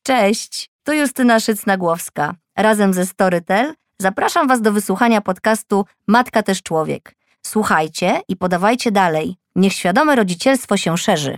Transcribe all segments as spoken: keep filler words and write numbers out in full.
Cześć, tu Justyna Szyc-Nagłowska. Razem ze Storytel zapraszam Was do wysłuchania podcastu Matka też człowiek. Słuchajcie i podawajcie dalej. Niech świadome rodzicielstwo się szerzy.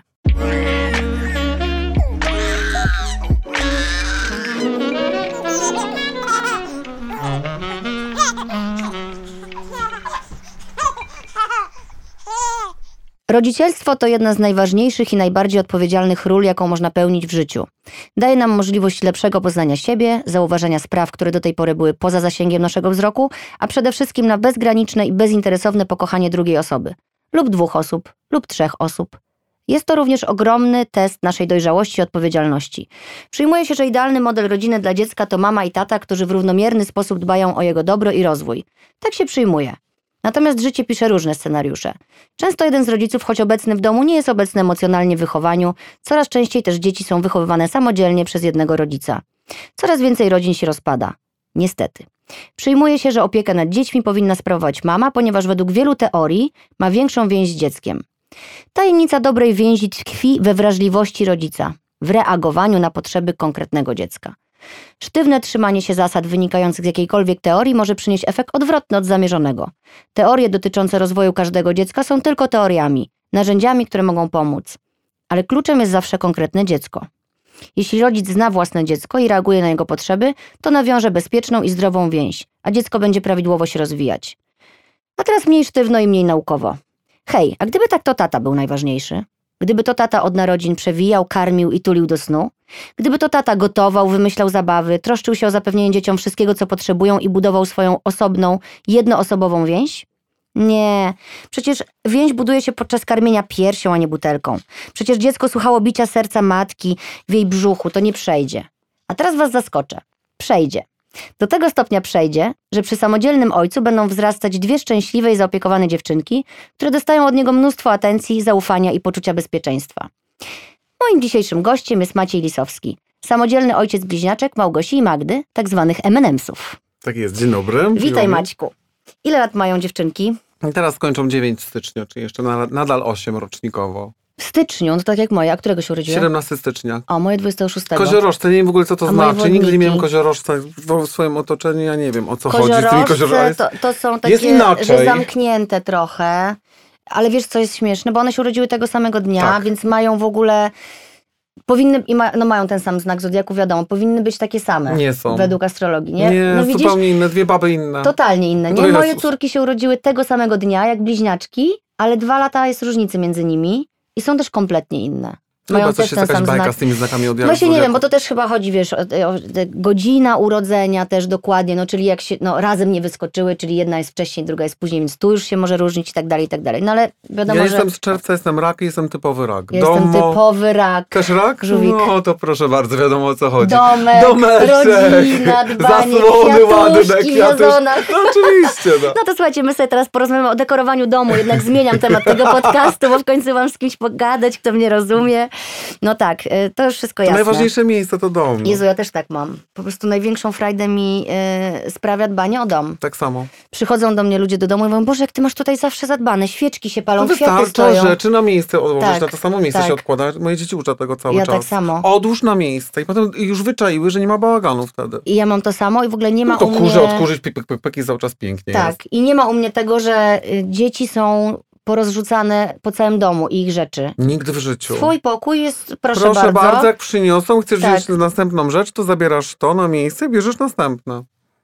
Rodzicielstwo to jedna z najważniejszych i najbardziej odpowiedzialnych ról, jaką można pełnić w życiu. Daje nam możliwość lepszego poznania siebie, zauważenia spraw, które do tej pory były poza zasięgiem naszego wzroku, a przede wszystkim na bezgraniczne i bezinteresowne pokochanie drugiej osoby. Lub dwóch osób, lub trzech osób. Jest to również ogromny test naszej dojrzałości i odpowiedzialności. Przyjmuje się, że idealny model rodziny dla dziecka to mama i tata, którzy w równomierny sposób dbają o jego dobro i rozwój. Tak się przyjmuje. Natomiast życie pisze różne scenariusze. Często jeden z rodziców, choć obecny w domu, nie jest obecny emocjonalnie w wychowaniu. Coraz częściej też dzieci są wychowywane samodzielnie przez jednego rodzica. Coraz więcej rodzin się rozpada. Niestety. Przyjmuje się, że opiekę nad dziećmi powinna sprawować mama, ponieważ według wielu teorii ma większą więź z dzieckiem. Tajemnica dobrej więzi tkwi we wrażliwości rodzica, w reagowaniu na potrzeby konkretnego dziecka. Sztywne trzymanie się zasad wynikających z jakiejkolwiek teorii może przynieść efekt odwrotny od zamierzonego. Teorie dotyczące rozwoju każdego dziecka są tylko teoriami, narzędziami, które mogą pomóc. Ale kluczem jest zawsze konkretne dziecko. Jeśli rodzic zna własne dziecko i reaguje na jego potrzeby, to nawiąże bezpieczną i zdrową więź, a dziecko będzie prawidłowo się rozwijać. A teraz mniej sztywno i mniej naukowo. Hej, a gdyby tak, to tata był najważniejszy? Gdyby to tata od narodzin przewijał, karmił i tulił do snu? Gdyby to tata gotował, wymyślał zabawy, troszczył się o zapewnienie dzieciom wszystkiego, co potrzebują i budował swoją osobną, jednoosobową więź? Nie. Przecież więź buduje się podczas karmienia piersią, a nie butelką. Przecież dziecko słuchało bicia serca matki w jej brzuchu. To nie przejdzie. A teraz was zaskoczę. Przejdzie. Do tego stopnia przejdzie, że przy samodzielnym ojcu będą wzrastać dwie szczęśliwe i zaopiekowane dziewczynki, które dostają od niego mnóstwo atencji, zaufania i poczucia bezpieczeństwa. Moim dzisiejszym gościem jest Maciej Lisowski, samodzielny ojciec bliźniaczek Małgosi i Magdy, tak zwanych em and emsów. Tak jest, dzień dobry. Witaj Maćku. Ile lat mają dziewczynki? Teraz kończą dziewięć w styczniu, czyli jeszcze nadal osiem rocznikowo. W styczniu? No tak jak moje. A którego się urodziły? siedemnastego stycznia. O, moje dwudziestego szóstego. Koziorożce, nie wiem w ogóle co to A znaczy. Nigdy nie miałem koziorożca w swoim otoczeniu, ja nie wiem o co chodzi z tymi koziorożcami. To, to są takie, że zamknięte trochę. Ale wiesz co jest śmieszne? Bo one się urodziły tego samego dnia, tak. Więc mają w ogóle... Powinny, i ma, no mają ten sam znak zodiaku, wiadomo, powinny być takie same. Nie są. Według astrologii, nie? Nie, no widzisz, zupełnie inne, dwie baby inne. Totalnie inne, nie? To Moje Jezus. córki się urodziły tego samego dnia, jak bliźniaczki, ale dwa lata jest różnicy między nimi i są też kompletnie inne. No Mają chyba coś też jest ten jakaś sam bajka znak. z tymi znakami od Właśnie nie wiem, bo to też chyba chodzi, wiesz, o, o, o godzina urodzenia też dokładnie, no czyli jak się, no razem nie wyskoczyły, czyli jedna jest wcześniej, druga jest później, więc tu już się może różnić i tak dalej, i tak dalej. No ale wiadomo, Ja że... jestem z czerwca, jestem rak i jestem typowy rak. Jestem Domo... typowy rak. Też rak? Żółwik. No to proszę bardzo, wiadomo o co chodzi. Domek, Domeczek, rodzina, dbanie, zasłony ładne, kwiatuszki, kwiatusz... wazona. No oczywiście, no. No to słuchajcie, my sobie teraz porozmawiamy o dekorowaniu domu, jednak zmieniam temat tego podcastu, bo w końcu mam z kimś pogadać, kto mnie rozumie. No tak, to już wszystko jasne. Najważniejsze miejsce to dom. Jezu, ja też tak mam. Po prostu największą frajdę mi y, sprawia dbanie o dom. Tak samo. Przychodzą do mnie ludzie do domu i mówią, Boże, jak ty masz tutaj zawsze zadbane, świeczki się palą, No kwiaty wystarczy stoją. rzeczy na miejsce odłożyć, Tak, na to samo miejsce tak. się odkłada. Moje dzieci uczą tego cały Ja czas. tak samo. Odłóż na miejsce i potem już wyczaiły, że nie ma bałaganu wtedy. I ja mam to samo i w ogóle nie ma No to u mnie... kurze, odkurzyć, pik, pik, pik, pik i cały czas pięknie Tak, jest. i nie ma u mnie tego, że y, dzieci są porozrzucane po całym domu i ich rzeczy. Nigdy w życiu. Swój pokój jest, proszę, Proszę bardzo. bardzo, jak przyniosą, chcesz Tak. wziąć następną rzecz, to zabierasz to na miejsce i bierzesz następne.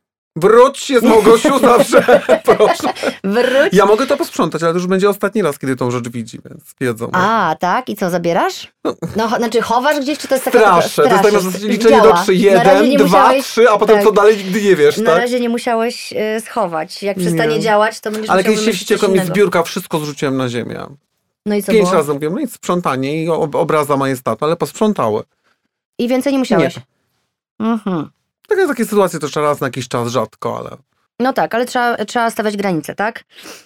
Wróć się z Małgosiu zawsze, proszę. Wróć. Ja mogę to posprzątać, ale to już będzie ostatni raz, kiedy tą rzecz widzi, więc wiedzą. A, tak? I co, zabierasz? No, cho- znaczy chowasz gdzieś, czy to jest taka... Straszę, to jest tak na zasadzie liczenie do trzy, jeden, dwa, trzy, a potem tak. co dalej nigdy nie wiesz, Na tak? razie nie musiałeś y, schować. Jak przestanie Nie. działać, to będziesz Ale musiał kiedyś się wymyślić coś wściekłem i z innego. biurka wszystko zrzuciłem na ziemię. No i co Pięć było? razy mówiłem, no i sprzątanie i ob- obraza majestatu, ale posprzątały. I więcej nie musiałeś? Nie. Mhm. Takie, takie sytuacje to jeszcze raz na jakiś czas, rzadko, ale... No tak, ale trzeba, trzeba stawiać granice, tak?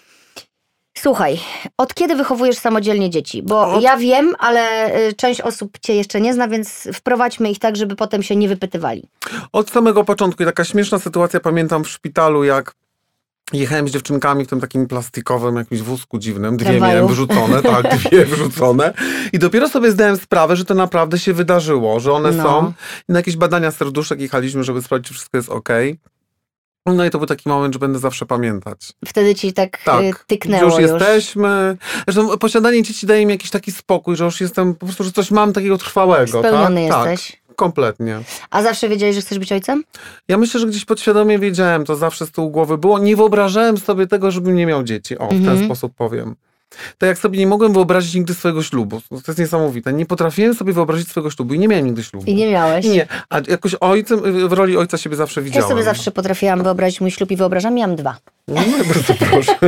Słuchaj, od kiedy wychowujesz samodzielnie dzieci? Bo Od- ja wiem, ale y, część osób cię jeszcze nie zna, więc wprowadźmy ich tak, żeby potem się nie wypytywali. Od samego początku i taka śmieszna sytuacja, pamiętam w szpitalu, jak Jechałem z dziewczynkami w tym takim plastikowym jakimś wózku dziwnym. Dwie Tramwaju. miałem wyrzucone, tak, dwie wyrzucone. I dopiero sobie zdałem sprawę, że to naprawdę się wydarzyło, że one No. są. I na jakieś badania serduszek jechaliśmy, żeby sprawdzić, czy wszystko jest okej. No i to był taki moment, że będę zawsze pamiętać. Wtedy ci tak, Tak, y, tyknęło już już. jesteśmy. Zresztą posiadanie dzieci daje mi jakiś taki spokój, że już jestem, po prostu, że coś mam takiego trwałego. Spełniony tak? jesteś. Tak, kompletnie. A zawsze wiedziałeś, że chcesz być ojcem? Ja myślę, że gdzieś podświadomie wiedziałem, to zawsze z tyłu głowy było. Nie wyobrażałem sobie tego, żebym nie miał dzieci. O, w Mhm. ten sposób powiem. Tak jak sobie nie mogłem wyobrazić nigdy swojego ślubu. To jest niesamowite. Nie potrafiłem sobie wyobrazić swojego ślubu i nie miałem nigdy ślubu. I nie miałeś? Nie, a jakoś ojcem, w roli ojca siebie zawsze Ja widziałem. sobie zawsze potrafiłam wyobrazić mój ślub i wyobrażam, miałam dwa. No i bardzo proszę.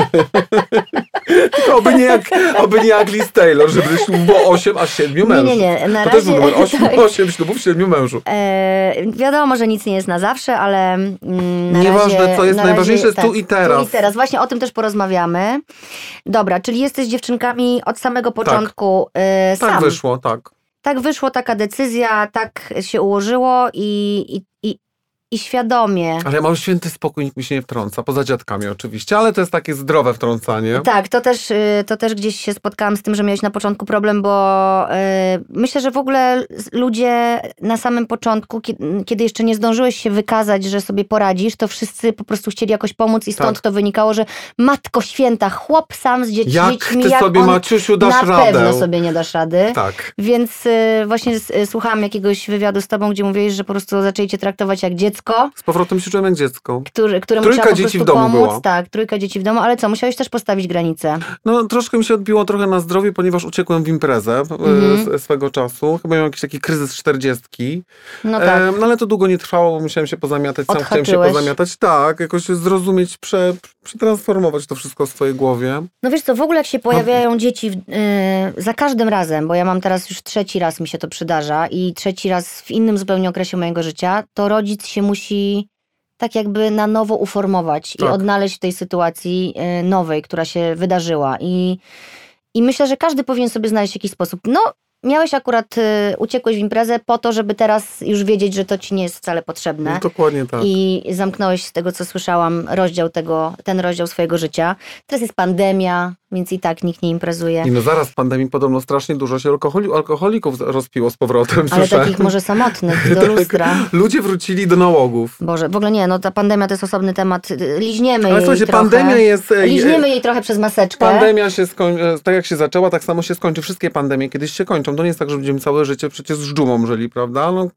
Tylko oby nie jak, oby nie jak Liz Taylor, żeby ślub było osiem, a siedmiu Nie, mężów. nie, nie. Na To też był razie- numer osiem, tak. osiem ślubów, siedmiu mężów. E, wiadomo, że nic nie jest na zawsze, ale mm, na Nieważne, razie, co jest na najważniejsze, razie, jest tu i teraz. Tu i teraz. Właśnie o tym też porozmawiamy. Dobra, czyli jesteś z dziewczynkami od samego początku e, sam. Tak wyszło, tak. Tak wyszło, taka decyzja, tak się ułożyło i, i, i, i świadomie. Ale ja mam święty spokój, nikt mi się nie wtrąca, poza dziadkami oczywiście, ale to jest takie zdrowe wtrącanie. Tak, to też, y, to też gdzieś się spotkałam z tym, że miałeś na początku problem, bo y, myślę, że w ogóle ludzie na samym początku, kiedy, kiedy jeszcze nie zdążyłeś się wykazać, że sobie poradzisz, to wszyscy po prostu chcieli jakoś pomóc i stąd Tak. to wynikało, że Matko Święta, chłop sam z dzieci, Jak dziećmi, ty jak sobie, on Maciusiu, dasz na radę? pewno sobie nie dasz rady. Tak. Więc y, właśnie y, słuchałam jakiegoś wywiadu z tobą, gdzie mówiłeś, że po prostu zaczęli cię traktować jak dziecko, Z powrotem się czułem jak dziecko. który, któremu Trójka trzeba po dzieci prostu w domu pomóc. była. Tak, trójka dzieci w domu, ale co, musiałeś też postawić granicę. No troszkę mi się odbiło trochę na zdrowie, ponieważ uciekłem w imprezę Mhm. e, swego czasu. Chyba miałem jakiś taki kryzys czterdziestki. No tak. E, no ale to długo nie trwało, bo musiałem się pozamiatać, sam chciałem się Odhaczyłeś. pozamiatać. Tak, jakoś zrozumieć, prze, przetransformować to wszystko w swojej głowie. No wiesz co, w ogóle jak się pojawiają dzieci w, yy, za każdym razem, bo ja mam teraz już trzeci raz mi się to przydarza i trzeci raz w innym zupełnie okresie mojego życia, to rodzic się musi tak jakby na nowo uformować Tak. i odnaleźć w tej sytuacji yy, nowej, która się wydarzyła. I, I myślę, że każdy powinien sobie znaleźć jakiś sposób. No, miałeś akurat, yy, uciekłeś w imprezę po to, żeby teraz już wiedzieć, że to ci nie jest wcale potrzebne. No, dokładnie tak. I zamknąłeś z tego, co słyszałam, rozdział tego, ten rozdział swojego życia. Teraz jest pandemia, więc i tak nikt nie imprezuje. I no zaraz w pandemii podobno strasznie dużo się alkoholi, alkoholików rozpiło z powrotem. Ale słyszałem. takich może samotnych, do lustra. Ludzie wrócili do nałogów. Boże, w ogóle nie, no ta pandemia to jest osobny temat. Liźniemy Ale jej słuchajcie, trochę. pandemia jest... e, Liźniemy jej trochę przez maseczkę. Pandemia się skończy, tak jak się zaczęła, tak samo się skończy. Wszystkie pandemie kiedyś się kończą. To nie jest tak, że będziemy całe życie przecież z dżumą żyli, prawda? No,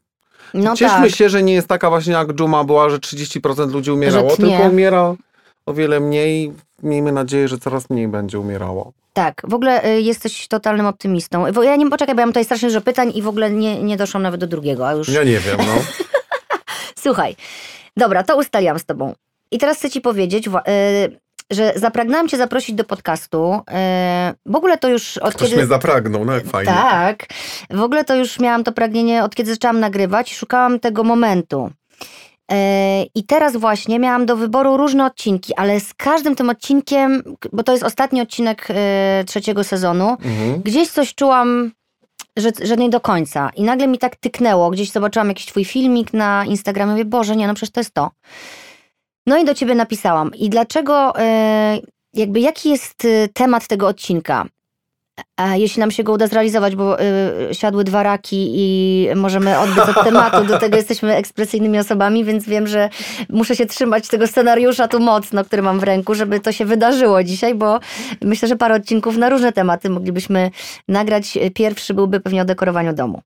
No cieszmy tak. się, że nie jest taka właśnie jak dżuma była, że trzydzieści procent ludzi umierało, Że tnie. tylko umiera o wiele mniej. Miejmy nadzieję, że coraz mniej będzie umierało. Tak, w ogóle y, jesteś totalnym optymistą. Bo ja nie, poczekaj, bo ja mam tutaj strasznie dużo pytań i w ogóle nie, nie doszłam nawet do drugiego, a już... Ja nie wiem, no. Słuchaj, dobra, to ustaliłam z tobą. I teraz chcę ci powiedzieć, wła- y, że zapragnęłam cię zaprosić do podcastu. Y, w ogóle to już od Ktoś kiedy... mnie zapragnął, no jak fajnie. Tak. W ogóle to już miałam to pragnienie od kiedy zaczęłam nagrywać. Szukałam tego momentu. E, I teraz właśnie miałam do wyboru różne odcinki, ale z każdym tym odcinkiem, bo to jest ostatni odcinek e, trzeciego sezonu, Mhm. gdzieś coś czułam, że, że nie do końca. I nagle mi tak tyknęło. Gdzieś zobaczyłam jakiś twój filmik na Instagramie. Mówię, Boże, nie, no przecież to jest to. No i do ciebie napisałam. I dlaczego, e, jakby jaki jest e, temat tego odcinka? A jeśli nam się go uda zrealizować, bo y, siadły dwa raki i możemy odbyć od tematu, do tego jesteśmy ekspresyjnymi osobami, więc wiem, że muszę się trzymać tego scenariusza tu mocno, który mam w ręku, żeby to się wydarzyło dzisiaj, bo myślę, że parę odcinków na różne tematy moglibyśmy nagrać. Pierwszy byłby pewnie o dekorowaniu domu.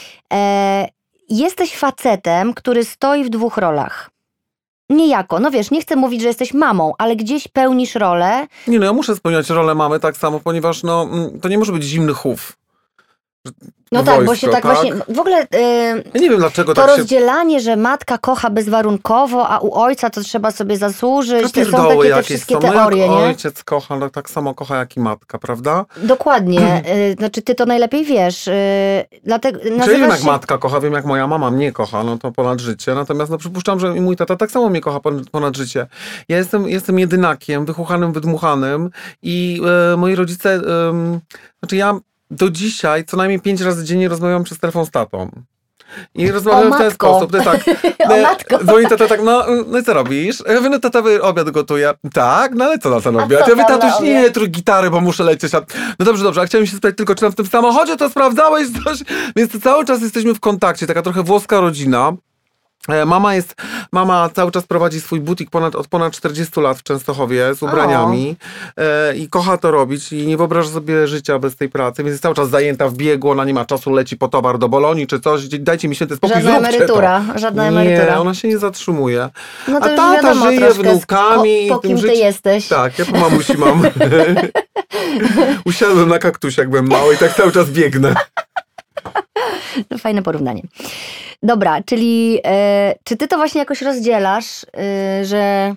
E, jesteś facetem, który stoi w dwóch rolach. Niejako, no wiesz, nie chcę mówić, że jesteś mamą, ale gdzieś pełnisz rolę. Nie no, ja muszę spełniać rolę mamy tak samo, ponieważ no, mm, to nie może być zimny chów. No Wojsko, tak, bo się tak, tak? właśnie, w ogóle... Y, Ja nie wiem dlaczego To tak się... rozdzielanie, że matka kocha bezwarunkowo, a u ojca to trzeba sobie zasłużyć. No To są pierdoły takie te jakieś wszystkie są. No teorie, jak nie? ojciec kocha, no tak samo kocha jak i matka, prawda? Dokładnie. Y, Znaczy ty to najlepiej wiesz. y, Dlatego Czy ja wiem nazywasz jak się... matka kocha, wiem jak moja mama mnie kocha, no to ponad życie. Natomiast no przypuszczam, że i mój tata tak samo mnie kocha ponad, ponad życie. Ja jestem, jestem jedynakiem, wychuchanym, wydmuchanym i e, moi rodzice, e, znaczy ja do dzisiaj co najmniej pięć razy dziennie rozmawiam przez telefon z tatą. I rozmawiamy w ten sposób. To tak, o matko. Dzwoni tata tak, no, no i co robisz? Ja mówię, no tata obiad gotuje. Tak, no ale co na ten obiad? Ja mówię, tatuś, nie, trój gitary, bo muszę lecieć. No dobrze, dobrze, a chciałem się spytać tylko, czy tam w tym samochodzie to sprawdzałeś coś? Więc cały czas jesteśmy w kontakcie, taka trochę włoska rodzina. Mama jest, mama cały czas prowadzi swój butik ponad, od ponad czterdziestu lat w Częstochowie z ubraniami e, i kocha to robić i nie wyobraża sobie życia bez tej pracy, więc jest cały czas zajęta w biegu, ona nie ma czasu, leci po towar do Bolonii czy coś, dajcie mi święty spokój, żadna emerytura, to. żadna nie, emerytura. Nie, ona się nie zatrzymuje. No to a już tata wiadomo, żyje wnukami. Po, po kim życi... ty jesteś. Tak, ja po mamusi mam. Usiadłem na kaktusie, jak byłem mały i tak cały czas biegnę. No, fajne porównanie. Dobra, czyli e, czy ty to właśnie jakoś rozdzielasz, e, że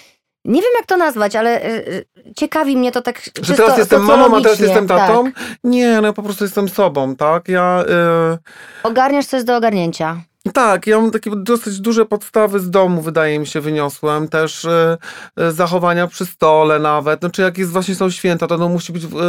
nie wiem jak to nazwać, ale e, ciekawi mnie to tak Że teraz to, jestem mamą, a teraz jestem tatą? Tak. Nie, no ja po prostu jestem sobą, tak? Ja... E... Ogarniasz co jest do ogarnięcia. Tak, ja mam takie dosyć duże podstawy z domu, wydaje mi się, wyniosłem. Też e, e, zachowania przy stole nawet. Znaczy jak jest, właśnie są święta, to no musi być e,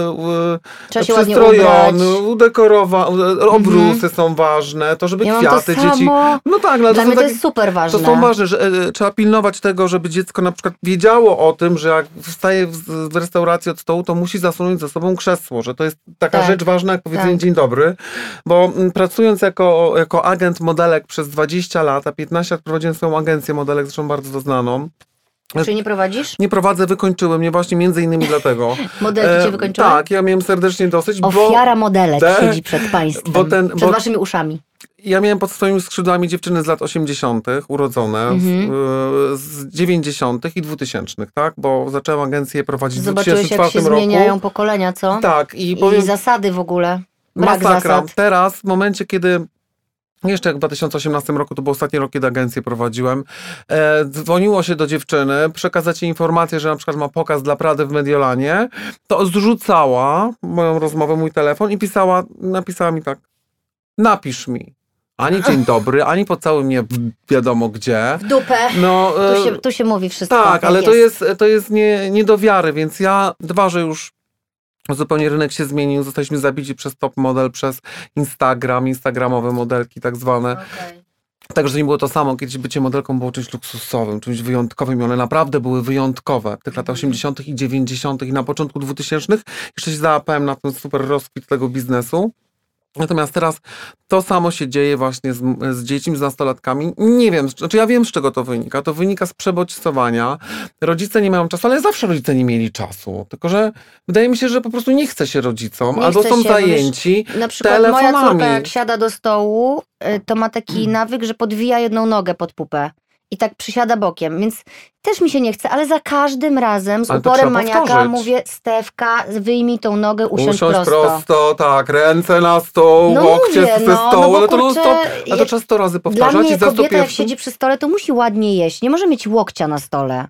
e, przystrojony, udekorowany, obrusy mm-hmm. są ważne, to żeby ja kwiaty mam to dzieci... Samo. No tak, no, Dla to mnie są to takie, jest super ważne. To są ważne, że e, trzeba pilnować tego, żeby dziecko na przykład wiedziało o tym, że jak wstaje w, w restauracji od stołu, to musi zasunąć za sobą krzesło, że to jest taka tak. rzecz ważna jak powiedzenie tak. dzień dobry, bo m, pracując jako, jako agent modelek przez dwadzieścia lat, a piętnaście lat prowadziłem swoją agencję modelek, zresztą bardzo doznaną. Czyli nie prowadzisz? Nie prowadzę, wykończyłem mnie właśnie między innymi dlatego. Modelki cię wykończyły? E, tak, ja miałem serdecznie dosyć. Ofiara bo modelek te, siedzi przed państwem, bo ten, przed bo, waszymi uszami. Ja miałem pod swoimi skrzydłami dziewczyny z lat osiemdziesiątych, urodzone, mhm. z, z dziewięćdziesiątych i dwutysięcznych, tak? Bo zaczęłam agencję prowadzić Zobaczyłeś, w dwa tysiące czwartym roku. jak się zmieniają pokolenia, co? Tak. I, I powiem, zasady w ogóle. Brak masakra. zasad. Teraz, w momencie, kiedy jeszcze jak w dwa tysiące osiemnastym roku, to był ostatni rok, kiedy agencję prowadziłem, e, dzwoniło się do dziewczyny, przekazać jej informację, że na przykład ma pokaz dla Prady w Mediolanie, to zrzucała moją rozmowę, mój telefon i pisała, napisała mi tak, napisz mi. Ani dzień dobry, ani pocałuj mnie w wiadomo gdzie. W dupę. No, e, tu, się, tu się mówi wszystko. tak, ale jest. to jest, to jest nie, nie do wiary, więc ja, dwa, że już zupełnie rynek się zmienił, zostaliśmy zabici przez top model, przez Instagram, instagramowe modelki tak zwane. Okay. Także nie było to samo, kiedyś bycie modelką było czymś luksusowym, czymś wyjątkowym i one naprawdę były wyjątkowe w tych latach osiemdziesiątych i dziewięćdziesiątych i na początku dwutysięcznych. Jeszcze się załapałem na ten super rozkwit tego biznesu. Natomiast teraz to samo się dzieje właśnie z, z dziećmi, z nastolatkami. Nie wiem, znaczy ja wiem, z czego to wynika. To wynika z przebodźcowania. Rodzice nie mają czasu, ale zawsze rodzice nie mieli czasu. Tylko, że wydaje mi się, że po prostu nie chce się rodzicom, nie albo chce są się, zajęci wiesz, na przykład telefonami. moja córka jak siada do stołu, to ma taki nawyk, że podwija jedną nogę pod pupę. I tak przysiada bokiem, więc też mi się nie chce, ale za każdym razem z ale uporem maniaka powtórzyć. Mówię, Stefka, wyjmij tą nogę, usiądź, usiądź prosto. prosto, tak, ręce na stół, no łokcie mówię, ze no, stołu, no bo ale to non kurczę, stop, a to trzeba sto razy powtarzać. Dla mnie i za kobieta jak pierwszym... siedzi przy stole, to musi ładnie jeść, nie może mieć łokcia na stole.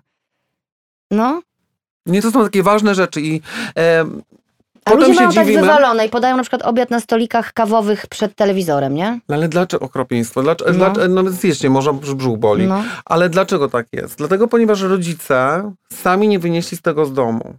No. Nie, to są takie ważne rzeczy i... E, A Potem ludzie się mają tak dziwimy. wywalone i podają na przykład obiad na stolikach kawowych przed telewizorem, nie? No ale dlaczego okropieństwo? Dlaczego, No. dlaczego, no zjeście, może brzuch boli. No. Ale dlaczego tak jest? Dlatego, ponieważ rodzice sami nie wynieśli z tego z domu.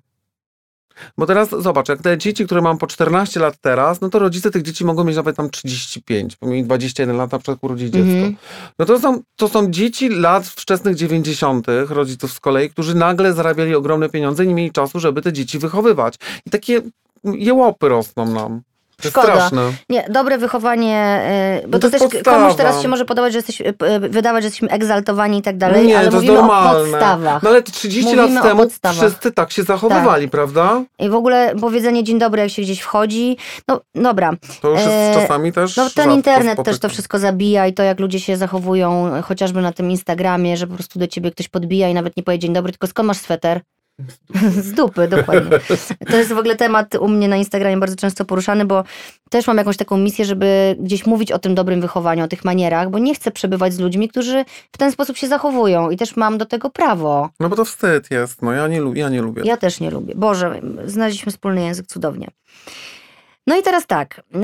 Bo teraz zobacz, jak te dzieci, które mam po czternaście lat teraz, no to rodzice tych dzieci mogą mieć nawet tam trzydzieści pięć, bo mieli dwadzieścia jeden lat, na przykład urodzi dziecko. Mhm. No to są, to są dzieci lat wczesnych dziewięćdziesiątych, rodziców z kolei, którzy nagle zarabiali ogromne pieniądze i nie mieli czasu, żeby te dzieci wychowywać. I takie jełopy rosną nam. To jest Szkoda. straszne. Nie, dobre wychowanie, yy, bo No to to, jest też podstawa. komuś teraz się może podobać, że jesteś, yy, wydawać, że jesteśmy egzaltowani i tak dalej, Nie, ale to jest mówimy normalne. o podstawach. No ale trzydzieści Mówimy lat o temu podstawach. wszyscy tak się zachowywali, prawda? I w ogóle powiedzenie dzień dobry, jak się gdzieś wchodzi, no dobra. To już jest E, czasami też No ten rzadko internet też spotykane. to wszystko zabija i to, jak ludzie się zachowują, chociażby na tym Instagramie, że po prostu do ciebie ktoś podbija i nawet nie powie dzień dobry, tylko skąd masz sweter? Z dupy, dokładnie. To jest w ogóle temat u mnie na Instagramie bardzo często poruszany, bo też mam jakąś taką misję, żeby gdzieś mówić o tym dobrym wychowaniu, o tych manierach, bo nie chcę przebywać z ludźmi, którzy w ten sposób się zachowują i też mam do tego prawo. No bo to wstyd jest, no ja nie, lu- ja nie lubię. Ja też nie lubię. Boże, znaleźliśmy wspólny język, cudownie. No i teraz tak, yy,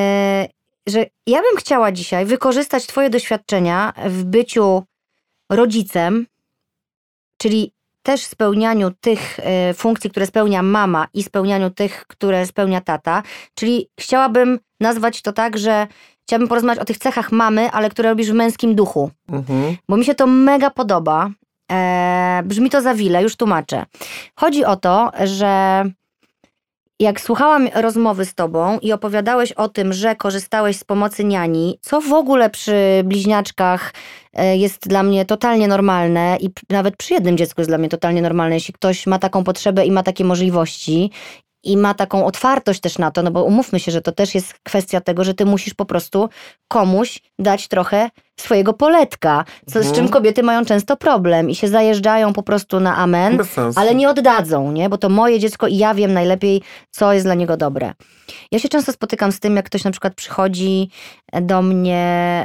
że ja bym chciała dzisiaj wykorzystać twoje doświadczenia w byciu rodzicem, czyli też spełnianiu tych y, funkcji, które spełnia mama i spełnianiu tych, które spełnia tata. Czyli chciałabym nazwać to tak, że chciałabym porozmawiać o tych cechach mamy, ale które robisz w męskim duchu. Mhm. Bo mi się to mega podoba. E, brzmi to za wile, już tłumaczę. Chodzi o to, że jak słuchałam rozmowy z tobą i opowiadałeś o tym, że korzystałeś z pomocy niani, co w ogóle przy bliźniaczkach jest dla mnie totalnie normalne i nawet przy jednym dziecku jest dla mnie totalnie normalne, jeśli ktoś ma taką potrzebę i ma takie możliwości i ma taką otwartość też na to, no bo umówmy się, że to też jest kwestia tego, że ty musisz po prostu komuś dać trochę swojego poletka, co, Mhm. z czym kobiety mają często problem i się zajeżdżają po prostu na amen, Bez sensu. ale nie oddadzą, nie? Bo to moje dziecko i ja wiem najlepiej, co jest dla niego dobre. Ja się często spotykam z tym, jak ktoś na przykład przychodzi do mnie,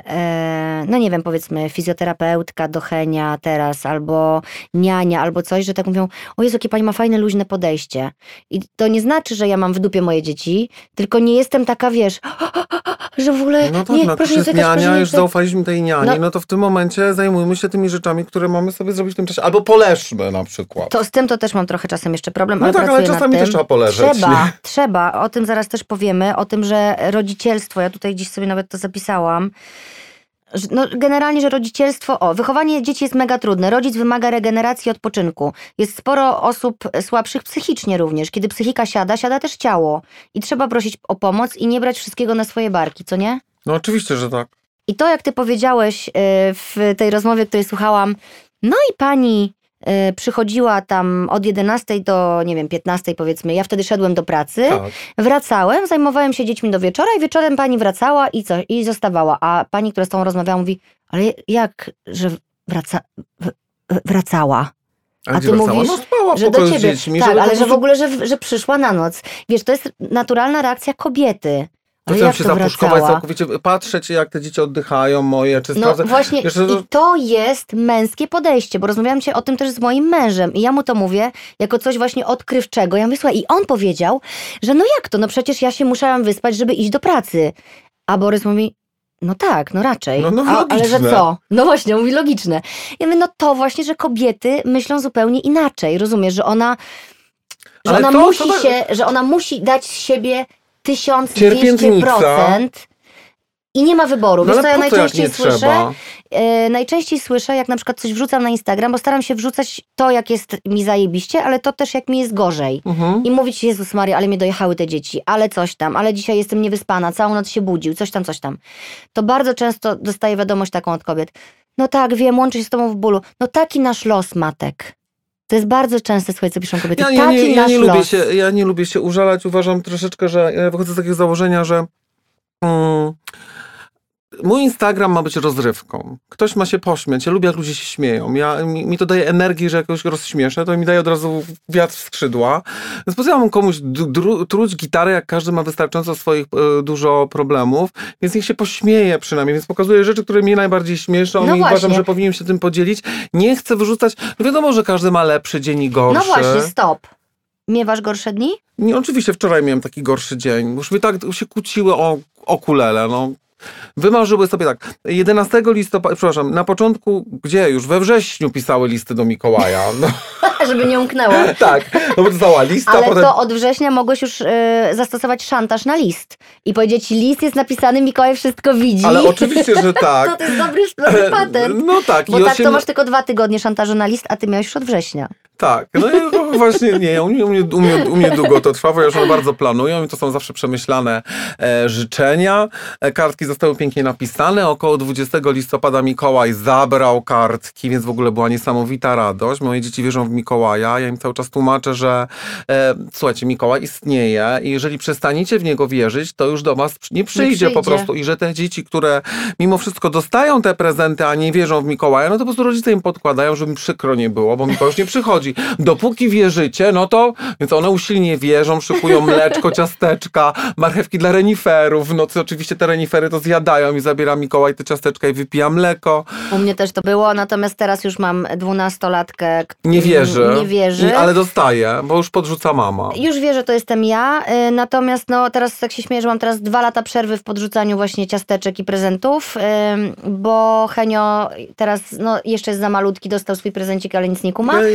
e, no nie wiem, powiedzmy fizjoterapeutka do Henia teraz, albo niania, albo coś, że tak mówią, o Jezu, jakie pani ma fajne, luźne podejście. I to nie znaczy, że ja mam w dupie moje dzieci, tylko nie jestem taka, wiesz, że w ogóle, No tak, nie, no proszę to nie jest zjechać, proszę niania, nie już zjechać. zaufaliśmy tej niani, no. No. no to w tym momencie zajmujmy się tymi rzeczami, które mamy sobie zrobić w tym czasie. Albo poleżmy na przykład. To z tym to też mam trochę czasem jeszcze problem, No ale tak, ale pracuję czasami nad też tym. trzeba poleżeć, Trzeba, nie? trzeba. O tym zaraz też powiemy, o tym, że rodzicielstwo, ja tutaj gdzieś sobie nawet to zapisałam, że- no generalnie, że rodzicielstwo, o, wychowanie dzieci jest mega trudne. Rodzic wymaga regeneracji i odpoczynku. Jest sporo osób słabszych psychicznie również. Kiedy psychika siada, siada też ciało. I trzeba prosić o pomoc i nie brać wszystkiego na swoje barki, co nie? No oczywiście, że tak. I to, jak ty powiedziałeś y, w tej rozmowie, której słuchałam, no i pani y, przychodziła tam od jedenastej do, nie wiem, piętnastej powiedzmy, ja wtedy szedłem do pracy, Tak. wracałem, zajmowałem się dziećmi do wieczora i wieczorem pani wracała i co, i zostawała. A pani, która z tą rozmawiała, mówi, ale jak, że wraca, w- wracała? A, A gdzie ty wracała? mówisz, No spała w że do pokoju z ciebie. dziećmi. Tak, żeby ale po że w prostu- ogóle, że, że przyszła na noc. Wiesz, to jest naturalna reakcja kobiety. To Ale chciałem jak się to zapuszkować wracała? całkowicie, patrzeć jak te dzieci oddychają moje, czy No sprawdzę. właśnie Wiesz, że- i to jest męskie podejście, bo rozmawiałam dzisiaj o tym też z moim mężem i ja mu to mówię jako coś właśnie odkrywczego. Ja mówię, słuchaj, i on powiedział, że no jak to, no przecież ja się musiałam wyspać, żeby iść do pracy. A Borys mówi, no tak, no raczej. No, no A, ale że logiczne. co? No właśnie, mówi logiczne. Ja mówię, no to właśnie, że kobiety myślą zupełnie inaczej, rozumiesz, że ona, że Ale ona to- musi to tak- się, że ona musi dać z siebie tysiąc dwieście Cierpiętnica. procent i nie ma wyboru. No Wiesz, co ale ja po co, jak najczęściej nie słyszę? trzeba? E, najczęściej słyszę, jak na przykład coś wrzucam na Instagram, bo staram się wrzucać to, jak jest mi zajebiście, ale to też, jak mi jest gorzej. Mhm. I mówić, Jezus Maria, ale mnie dojechały te dzieci, ale coś tam, ale dzisiaj jestem niewyspana, całą noc się budził, coś tam, coś tam. To bardzo często dostaję wiadomość taką od kobiet. No tak, wiem, łączę się z tobą w bólu. No taki nasz los, matek. To jest bardzo częste, słuchaj, co piszą kobiety. Ja, taki ja, nie, ja, nasz nie los. lubię się, ja nie lubię się użalać. Uważam troszeczkę, że ja wychodzę z takiego założenia, że mm, mój Instagram ma być rozrywką. Ktoś ma się pośmiać. Ja lubię, jak ludzie się śmieją. Ja, mi, mi to daje energii, że jakoś rozśmieszę. To mi daje od razu wiatr w skrzydła. Więc po co ja mam komuś dru, truć gitarę, jak każdy ma wystarczająco swoich e, dużo problemów. Więc niech się pośmieje przynajmniej. Więc pokazuje rzeczy, które mnie najbardziej śmieszą No i właśnie. uważam, że powinienem się tym podzielić. Nie chcę wyrzucać... No wiadomo, że każdy ma lepszy dzień i gorszy. No właśnie, stop. Miewasz gorsze dni? Nie, oczywiście wczoraj miałem taki gorszy dzień. Już mi tak się kłóciły o ukulele, no. Wymarzyły sobie tak, jedenastego listopada, przepraszam, na początku, gdzie już, we wrześniu pisały listy do Mikołaja. No, Żeby nie umknęło. tak, no bo dostała lista, Ale potem... to od września mogłeś już y, zastosować szantaż na list. I powiedzieć, ci, list jest napisany, Mikołaj wszystko widzi. Ale oczywiście, że tak. To, to jest dobry, dobry patent. No tak. Bo i tak osiem... to masz tylko dwa tygodnie szantażu na list, a ty miałeś już od września. Tak, no i no właśnie nie, u mnie, u, mnie, u, mnie, u mnie długo to trwa, bo już one bardzo planują i to są zawsze przemyślane e, życzenia. E, kartki zostały pięknie napisane. Około dwudziestego listopada Mikołaj zabrał kartki, więc w ogóle była niesamowita radość. Moje dzieci wierzą w Mikołaja. Ja im cały czas tłumaczę, że e, słuchajcie, Mikołaj istnieje i jeżeli przestaniecie w niego wierzyć, to już do was nie przyjdzie, Nie przyjdzie. po prostu. I że te dzieci, które mimo wszystko dostają te prezenty, a nie wierzą w Mikołaja, no to po prostu rodzice im podkładają, żeby im przykro nie było, bo Mikołaj już nie przychodzi. Dopóki wierzycie, no to, więc one usilnie wierzą, szykują mleczko, ciasteczka, marchewki dla reniferów. W nocy oczywiście te renifery to zjadają i zabiera Mikołaj te ciasteczka i wypija mleko. U mnie też to było, natomiast teraz już mam dwunastolatkę. k- Nie wierzy. Nie wierzy. I, ale dostaje, bo już podrzuca mama. Już wie, że to jestem ja, y, natomiast no teraz tak się śmieję, że mam teraz dwa lata przerwy w podrzucaniu właśnie ciasteczek i prezentów, y, bo Henio teraz no jeszcze jest za malutki, dostał swój prezencik, ale nic nie kuma. Ja, ja chcę, żeby Za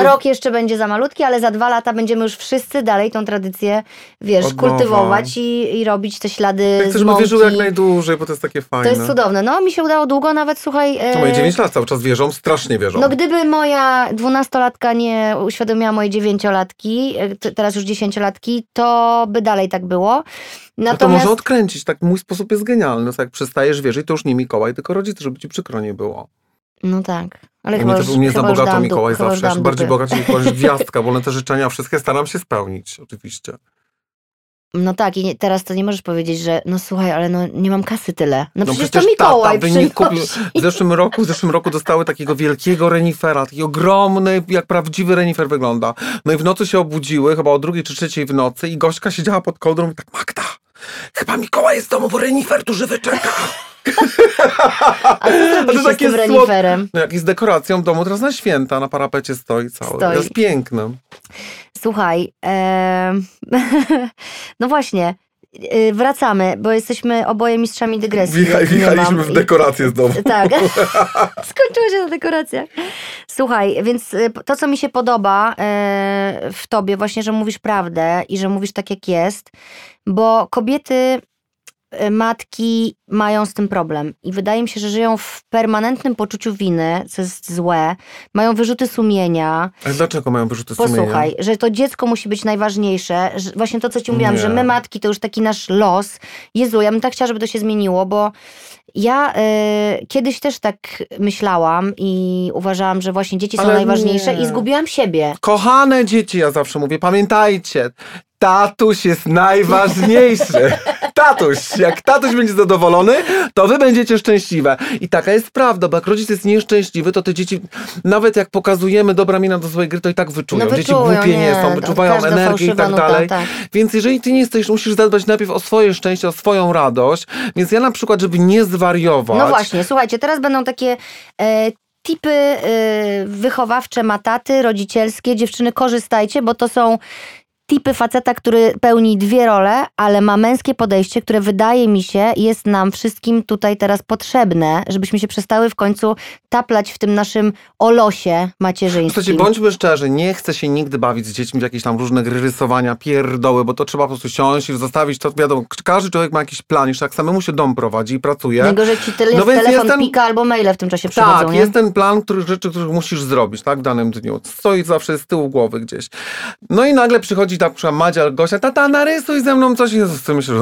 rok jeszcze będzie za malutki, ale za dwa lata będziemy już wszyscy dalej tą tradycję, wiesz, Od nowa. kultywować i, i robić te ślady Ja chcę, z żeby mąki. wierzyły jak najdłużej, bo to jest takie fajne. To jest cudowne. No, mi się udało długo, nawet słuchaj... To moje dziewięć lat cały czas wierzą, strasznie wierzą. No gdyby moja dwunastolatka nie uświadomiła mojej dziewięciolatki, t- teraz już dziesięciolatki, to by dalej tak było. Natomiast... to może odkręcić, tak mój sposób jest genialny. Jak przestajesz wierzyć, to już nie Mikołaj, tylko rodzice, żeby ci przykro nie było. No tak. Ale u chyba mnie, już, to, u mnie jest na bogato Mikołaj chyba zawsze. Jeszcze bardziej bogaci Mikołaj niż gwiazdka, bo one te życzenia wszystkie staram się spełnić, oczywiście. No tak, i nie, teraz to nie możesz powiedzieć, że no słuchaj, ale no nie mam kasy tyle. No, no przecież, przecież to Mikołaj tata by nie kupił. W zeszłym roku, w zeszłym roku dostały takiego wielkiego renifera, taki ogromny, jak prawdziwy renifer wygląda. No i w nocy się obudziły, chyba o drugiej czy trzeciej w nocy i Gośka siedziała pod kołdrą i tak, Magda, chyba Mikołaj jest w domu, bo renifer tu żywy czeka. A co zrobiliście z tym reniferem? No jak z dekoracją w domu, teraz na święta, na parapecie stoi cały. Stoi. Jest piękny. Słuchaj, e... no właśnie, wracamy, bo jesteśmy oboje mistrzami dygresji. Wjechaj, wjechaliśmy w dekorację z domu. Tak, skończyło się na dekoracjach. Słuchaj, więc to, co mi się podoba w tobie, właśnie, że mówisz prawdę i że mówisz tak, jak jest, bo kobiety, matki mają z tym problem i wydaje mi się, że żyją w permanentnym poczuciu winy, co jest złe, mają wyrzuty sumienia. A dlaczego mają wyrzuty Posłuchaj, sumienia? Posłuchaj, że to dziecko musi być najważniejsze, że właśnie to, co ci mówiłam, Nie. że my matki to już taki nasz los. Jezu, ja bym tak chciała, żeby to się zmieniło, bo ja y, kiedyś też tak myślałam i uważałam, że właśnie dzieci są Ale najważniejsze nie. i zgubiłam siebie. Kochane dzieci, ja zawsze mówię, pamiętajcie, tatuś jest najważniejszy. Tatuś, jak tatuś będzie zadowolony, to wy będziecie szczęśliwe. I taka jest prawda, bo jak rodzic jest nieszczęśliwy, to te dzieci, nawet jak pokazujemy dobra mina do swojej gry, to i tak wyczują. No dzieci wyczują, głupie nie, nie są, wyczuwają energię i tak nuta, dalej. tak. Więc jeżeli ty nie jesteś, musisz zadbać najpierw o swoje szczęście, o swoją radość. Więc ja na przykład, żeby nie zwariować... No właśnie, słuchajcie, teraz będą takie... E, tipy e, wychowawcze mataty, rodzicielskie. Dziewczyny, korzystajcie, bo to są tipy faceta, który pełni dwie role, ale ma męskie podejście, które wydaje mi się jest nam wszystkim tutaj teraz potrzebne, żebyśmy się przestały w końcu taplać w tym naszym olosie macierzyńskim. Słuchajcie, bądźmy szczerzy, nie chcę się nigdy bawić z dziećmi w jakieś tam różne gry, rysowania, pierdoły, bo to trzeba po prostu siąść i zostawić to, wiadomo, każdy człowiek ma jakiś plan, już jak samemu się dom prowadzi i pracuje. Najgorzej ci tyle, no telefon ten... pika albo maile w tym czasie przychodzą, Tak, nie? jest ten plan, który, rzeczy, których musisz zrobić, tak, w danym dniu. Stoi zawsze z tyłu głowy gdzieś. No i nagle przychodzi ta przykład Madzia albo Gosia, tata, narysuj ze mną coś. Jezus, ty myślisz,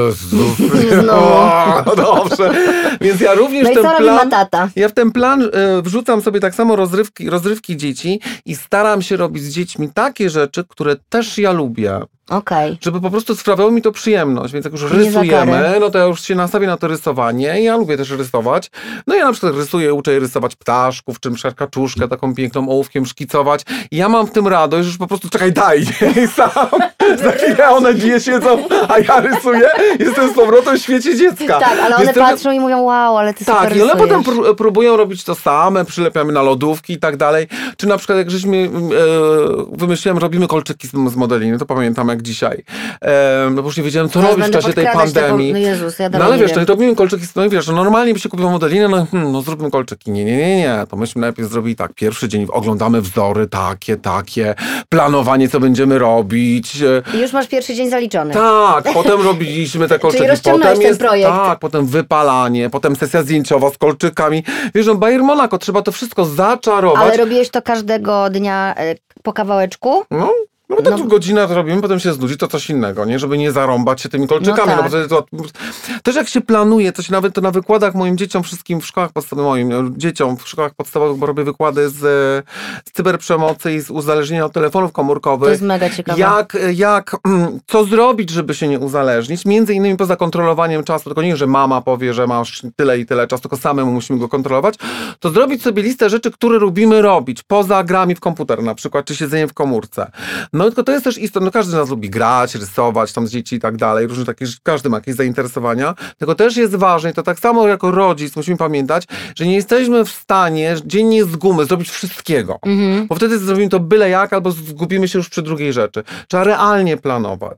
no dobrze. Więc ja również no i ten co plan, robi ma tata? ja w ten plan y, wrzucam sobie tak samo rozrywki, rozrywki dzieci i staram się robić z dziećmi takie rzeczy, które też ja lubię. Okej. Okay. Żeby po prostu sprawiało mi to przyjemność, więc jak już Nie rysujemy, no to ja już się nastawię na to rysowanie i ja lubię też rysować. No ja na przykład rysuję, uczę je rysować ptaszków, czym kaczuszkę taką piękną ołówkiem szkicować i ja mam w tym radość, że już po prostu czekaj, daj i sam za chwilę one dwie siedzą, a ja rysuję, jestem z powrotem w świecie dziecka. Tak, ale one jestem... patrzą i mówią, wow, ale ty super Tak, i one rysujesz. potem pró- próbują robić to same, przylepiamy na lodówki i tak dalej. Czy na przykład jak żeśmy e, wymyśliłem, robimy kolczyki z, z modeliny, to pamiętam jak dzisiaj. E, no bo już nie wiedziałem, co robić w czasie tej pandemii. Taką, no Jezus, ja no ale wiesz, nie to nie robimy kolczyki, no i wiesz, no normalnie by się kupiło modelinę, no, hmm, no zróbmy kolczyki. Nie, nie, nie, nie. To myśmy najpierw zrobili tak, pierwszy dzień oglądamy wzory, takie, takie, planowanie, co będziemy robić. I już masz pierwszy dzień zaliczony. Tak, potem robiliśmy te kolczyki. Czyli rozciągnąłeś potem ten jest, projekt. Tak, potem wypalanie, potem sesja zdjęciowa z kolczykami. Wiesz, no Bayer Monaco, trzeba to wszystko zaczarować. Ale robiłeś to każdego dnia e, po kawałeczku? No. No bo tak No. godzinę to robimy, potem się znudzi, to coś innego, nie? Żeby nie zarąbać się tymi kolczykami. No No, tak. bo to, to, też jak się planuje, to się nawet to na wykładach moim dzieciom wszystkim w szkołach podstawowych, moim no, dzieciom w szkołach podstawowych, bo robię wykłady z, z cyberprzemocy i z uzależnienia od telefonów komórkowych. To jest mega ciekawe. Jak, jak, co zrobić, żeby się nie uzależnić? Między innymi poza kontrolowaniem czasu, tylko nie, że mama powie, że masz tyle i tyle czasu, tylko samemu musimy go kontrolować, to zrobić sobie listę rzeczy, które lubimy robić, poza grami w komputer na przykład, czy siedzeniem w komórce. No tylko to jest też istotne, no każdy z nas lubi grać, rysować, tam z dzieci i tak dalej, różne takie, każdy ma jakieś zainteresowania, tylko też jest ważne, i to tak samo jako rodzic musimy pamiętać, że nie jesteśmy w stanie dziennie z gumy zrobić wszystkiego, Mhm. bo wtedy zrobimy to byle jak, albo zgubimy się już przy drugiej rzeczy. Trzeba realnie planować.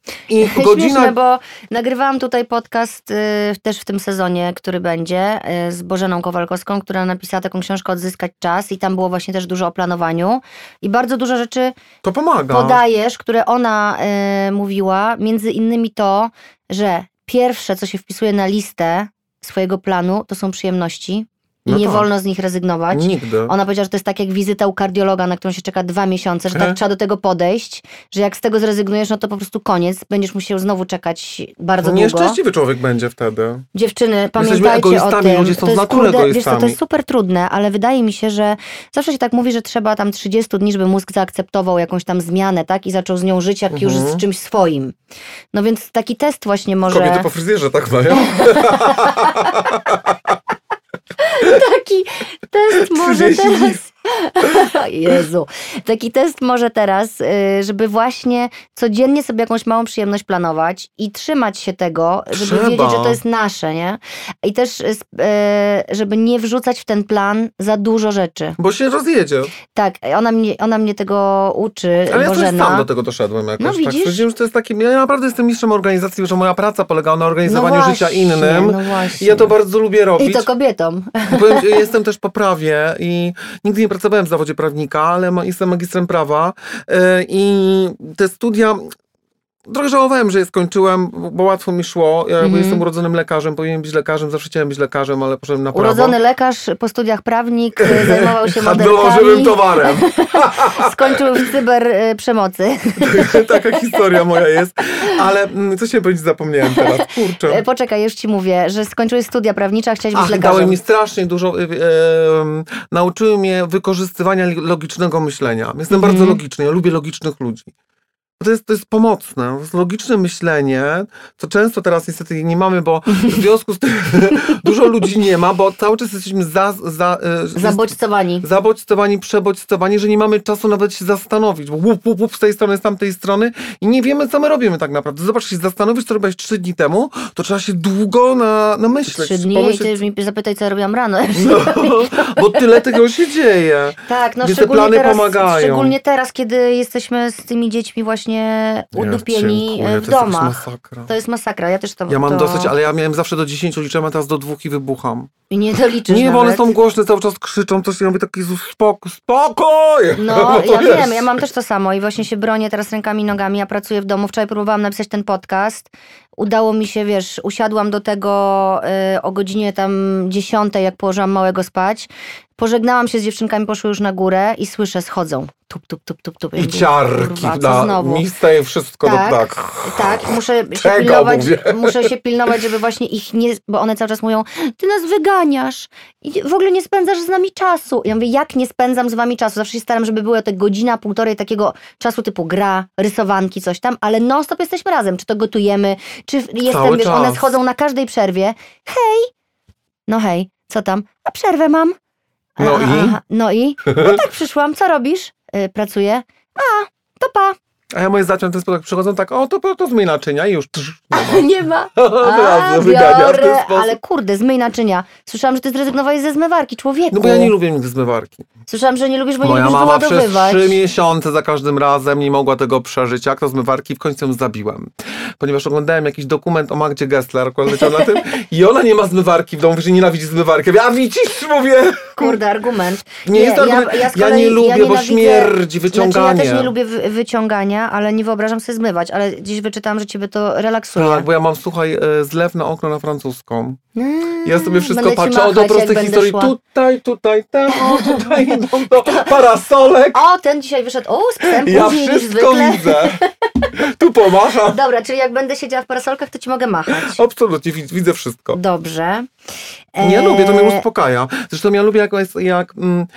I godzina... Śmieszne, bo nagrywałam tutaj podcast y, też w tym sezonie, który będzie, y, z Bożeną Kowalkowską, która napisała taką książkę Odzyskać czas i tam było właśnie też dużo o planowaniu i bardzo dużo rzeczy to pomaga. podajesz, które ona y, mówiła, między innymi to, że pierwsze, co się wpisuje na listę swojego planu, to są przyjemności. I no nie tak. wolno z nich rezygnować. Nigdy. Ona powiedziała, że to jest tak jak wizyta u kardiologa, na którą się czeka dwa miesiące, że tak trzeba do tego podejść, że jak z tego zrezygnujesz, no to po prostu koniec. Będziesz musiał znowu czekać bardzo no, długo. Nieszczęśliwy człowiek będzie wtedy. Dziewczyny, pamiętajcie o tym. Ludzie są to z natury kurde, egoistami. Wiesz co, to jest super trudne, ale wydaje mi się, że zawsze się tak mówi, że trzeba tam trzydzieści dni, żeby mózg zaakceptował jakąś tam zmianę, tak? I zaczął z nią żyć jak mhm. już z czymś swoim. No więc taki test właśnie może... Kobiety po fryzjerze tak mają. Taki test może teraz... Jezu. Taki test może teraz, żeby właśnie codziennie sobie jakąś małą przyjemność planować i trzymać się tego, żeby Trzeba. wiedzieć, że to jest nasze, nie? I też, żeby nie wrzucać w ten plan za dużo rzeczy. Bo się rozjedzie. Tak, ona mnie, ona mnie tego uczy, Ale Bożena. ja sam do tego doszedłem jakoś. No widzisz? Tak stwierdziłem, że to jest taki... Ja naprawdę jestem mistrzem organizacji, że moja praca polegała na organizowaniu no właśnie, życia innym. No właśnie. I ja to bardzo lubię robić. I to kobietom. Powiem, jestem też po prawie i nigdy nie pracowałem w zawodzie prawnika, ale ma, jestem magistrem prawa yy, i te studia... Trochę żałowałem, że je skończyłem, bo łatwo mi szło. Ja mm-hmm. jestem urodzonym lekarzem, powinienem być lekarzem, zawsze chciałem być lekarzem, ale poszedłem na prawo. Urodzony lekarz, po studiach prawnik, zajmował się modelkami. Handlował żywym towarem. Skończył w cyberprzemocy. Taka historia moja jest. Ale coś się powiedzieć zapomniałem teraz. Kurczę. Poczekaj, już ci mówię, że skończyłeś studia prawnicze, a chciałeś być Ach, lekarzem. Dały mi strasznie dużo, e, e, nauczyły mnie wykorzystywania logicznego myślenia. Jestem mm-hmm. bardzo logiczny, ja lubię logicznych ludzi. To jest, to jest pomocne. To jest logiczne myślenie, co często teraz niestety nie mamy, bo w związku z tym dużo ludzi nie ma, bo cały czas jesteśmy za, za, zabodźcowani. Zabodźcowani, przebodźcowani, że nie mamy czasu nawet się zastanowić, bo łup, łup, łup z tej strony, z tamtej strony i nie wiemy, co my robimy tak naprawdę. Zobacz, się zastanowić, co robiłeś trzy dni temu, to trzeba się długo na, namyśleć. Trzy dni pomyśleć. I ty już mi zapytaj, co ja robiłam rano. No, bo tyle tego się dzieje. Tak, no Więc te szczególnie plany teraz, pomagają. szczególnie teraz, kiedy jesteśmy z tymi dziećmi właśnie udupieni ja w domach. To jest masakra. To jest masakra. Ja też to... Ja mam to... dosyć, ale ja miałem zawsze do dziesięciu liczyłem, a teraz do dwóch i wybucham. I nie doliczysz Nie, nawet. bo one są głośne, cały czas krzyczą, coś ja mówię taki spokój, spokój! No, ja wiem, ja mam też to samo i właśnie się bronię teraz rękami i nogami, ja pracuję w domu, wczoraj próbowałam napisać ten podcast, udało mi się, wiesz, usiadłam do tego y, o godzinie tam dziesiątej, jak położyłam małego spać, pożegnałam się z dziewczynkami, poszły już na górę i słyszę, schodzą. Tup, tup, tup, tup, tup. I ciarki, na, mi staje wszystko tak, do tak. Tak, muszę się, pilnować, muszę się pilnować, żeby właśnie ich nie, bo one cały czas mówią, ty nas wyganiasz i w ogóle nie spędzasz z nami czasu. Ja mówię, jak nie spędzam z wami czasu? Zawsze się staram, żeby była to godzina, półtorej takiego czasu typu gra, rysowanki, coś tam, ale non stop jesteśmy razem. Czy to gotujemy, czy jestem, wiesz, one schodzą na każdej przerwie. Hej! No hej, co tam? A przerwę mam. No aha, i? Aha, no i? No tak przyszłam, co robisz? Yy, pracuję. A, to pa. A ja moje zdania w ten sposób przychodzą tak, o to, to zmyj naczynia i już. Nie ma. A, biorę, ale kurde, zmyj naczynia. Słyszałam, że ty zrezygnowałeś ze zmywarki, człowieku. No bo ja nie lubię nigdy zmywarki. Słyszałam, że nie lubisz, bo Moja nie lubisz mama wyładowywać. przez trzy miesiące za każdym razem nie mogła tego przeżyć. Jak to zmywarki? W końcu ją zabiłem. Ponieważ oglądałem jakiś dokument o Magdzie Gessler, akurat leciał na tym i ona nie ma zmywarki w domu, że nienawidzi zmywarkę. A widzisz, mówię. Kurde, argument. Nie, nie jest argument. Ja, ja, kolei, ja nie lubię, ja bo śmierdzi wyciąganie. Znaczy, ja też nie lubię wy- wyciągania, ale nie wyobrażam sobie zmywać. Ale gdzieś wyczytałam, że ciebie to relaksuje. Tak, bo ja mam, słuchaj, zlew na okno na francuską. Hmm, ja sobie wszystko patrzę do prostej historii. Szła. Tutaj, tutaj, tam, o, tutaj idą do parasolek. O, ten dzisiaj wyszedł. O, z psem ja później niż wszystko zwykle. widzę. Tu pomacham. Dobra, czyli jak będę siedziała w parasolkach, to ci mogę machać. Absolutnie, widzę wszystko. Dobrze. E... Ja lubię, to mnie uspokaja. Zresztą ja lubię, jak, jak mm,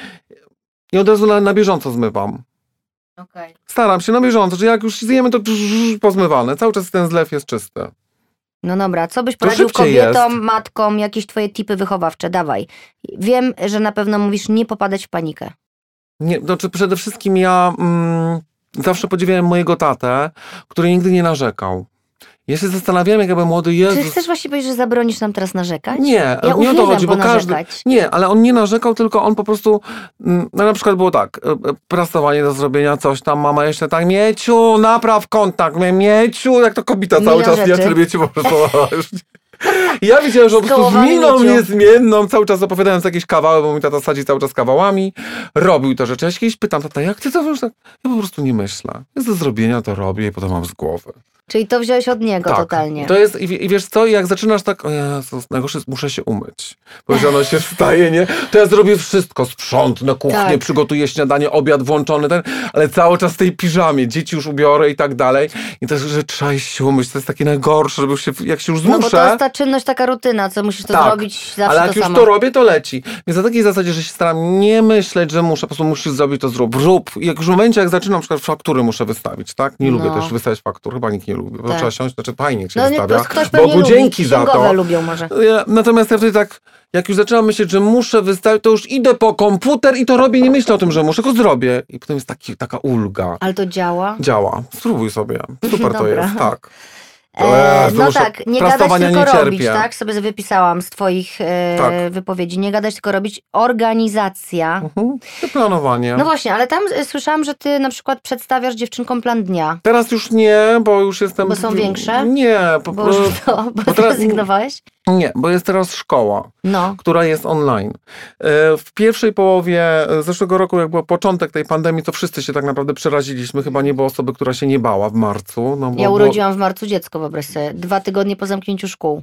ja od razu na, na bieżąco zmywam. Okay. Staram się na bieżąco, że jak już zjemy, to pozmywane. Cały czas ten zlew jest czysty. No dobra, co byś poradził kobietom, jest. matkom, jakieś twoje tipy wychowawcze? Dawaj. Wiem, że na pewno mówisz nie popadać w panikę. Nie, znaczy przede wszystkim ja mm, zawsze podziwiałem mojego tatę, który nigdy nie narzekał. Ja się zastanawiam, jak ja byłem młody, Jezus. Czy chcesz właśnie powiedzieć, że zabronisz nam teraz narzekać? Nie, ja nie o to chodzi, bo każdy... narzekać. Nie, ale on nie narzekał, tylko on po prostu... No na przykład było tak, prasowanie do zrobienia, coś tam, mama jeszcze tak, Mieciu, napraw kontakt, Mieciu, jak to kobieta cały Milion czas, rzeczy. ja Mieciu po prostu... Już nie. Ja widziałem, że po prostu z miną niezmienną, cały czas opowiadając jakieś kawały, bo mój tata sadzi cały czas kawałami, robił te rzeczy. Ja się kiedyś pytam, tata, jak ty to wiesz? Tak? Ja po prostu nie myślę. Jest do zrobienia, to robię i potem mam z głowy. Czyli to wziąłeś od niego tak, totalnie. To jest, i, i wiesz co, jak zaczynasz tak, o Jezus, najgorsze jest, muszę się umyć. Bo jeśli ono się wstaje, nie? To ja zrobię wszystko, sprzątnę kuchnię, tak. przygotuję śniadanie, obiad włączony, ten, ale cały czas w tej piżamie, dzieci już ubiorę i tak dalej. I to, że trzeba się umyć, to jest takie najgorsze, żeby się, jak się już zmuszę. No bo to jest ta czynność, taka rutyna, co musisz to tak, zrobić zawsze ale jak to już samo. to robię, to leci. Więc na takiej zasadzie, że się staram nie myśleć, że muszę, po prostu musisz zrobić, to zrób. Rób. I jak już w momencie, jak zaczynam, na przykład faktury muszę wystawić, tak? Nie lubię No. też wystawiać faktur, chyba nikt nie lubi, bo Tak. trzeba siąść, znaczy fajnie się No nie, wystawia. ktoś Bogu pewnie dzięki lubi, za to. księgowe lubią może. Ja, natomiast ja wtedy tak, jak już zaczynam myśleć, że muszę wystawić, to już idę po komputer i to robię, nie myślę o tym, że muszę, tylko zrobię. I potem jest taki, taka ulga. Ale to działa? Działa. Spróbuj sobie. Super to Dobra. jest, tak. E, Jezu, no muszę- tak, nie gadać, prasowania tylko nie cierpię. robić, tak? Sobie wypisałam z twoich e, Tak. wypowiedzi. Nie gadać, tylko robić. Organizacja. Mhm. I planowanie. No właśnie, ale tam e, słyszałam, że ty na przykład przedstawiasz dziewczynkom plan dnia. Teraz już nie, bo już jestem... Bo są większe? Nie, po Bo już prostu... to, bo bo teraz- zrezygnowałeś? Nie, bo jest teraz szkoła, No. która jest online. E, W pierwszej połowie zeszłego roku, jak był początek tej pandemii, to wszyscy się tak naprawdę przeraziliśmy. Chyba nie było osoby, która się nie bała w marcu. No bo, Ja bo- urodziłam w marcu dziecko, wyobraź sobie. Dwa tygodnie po zamknięciu szkół.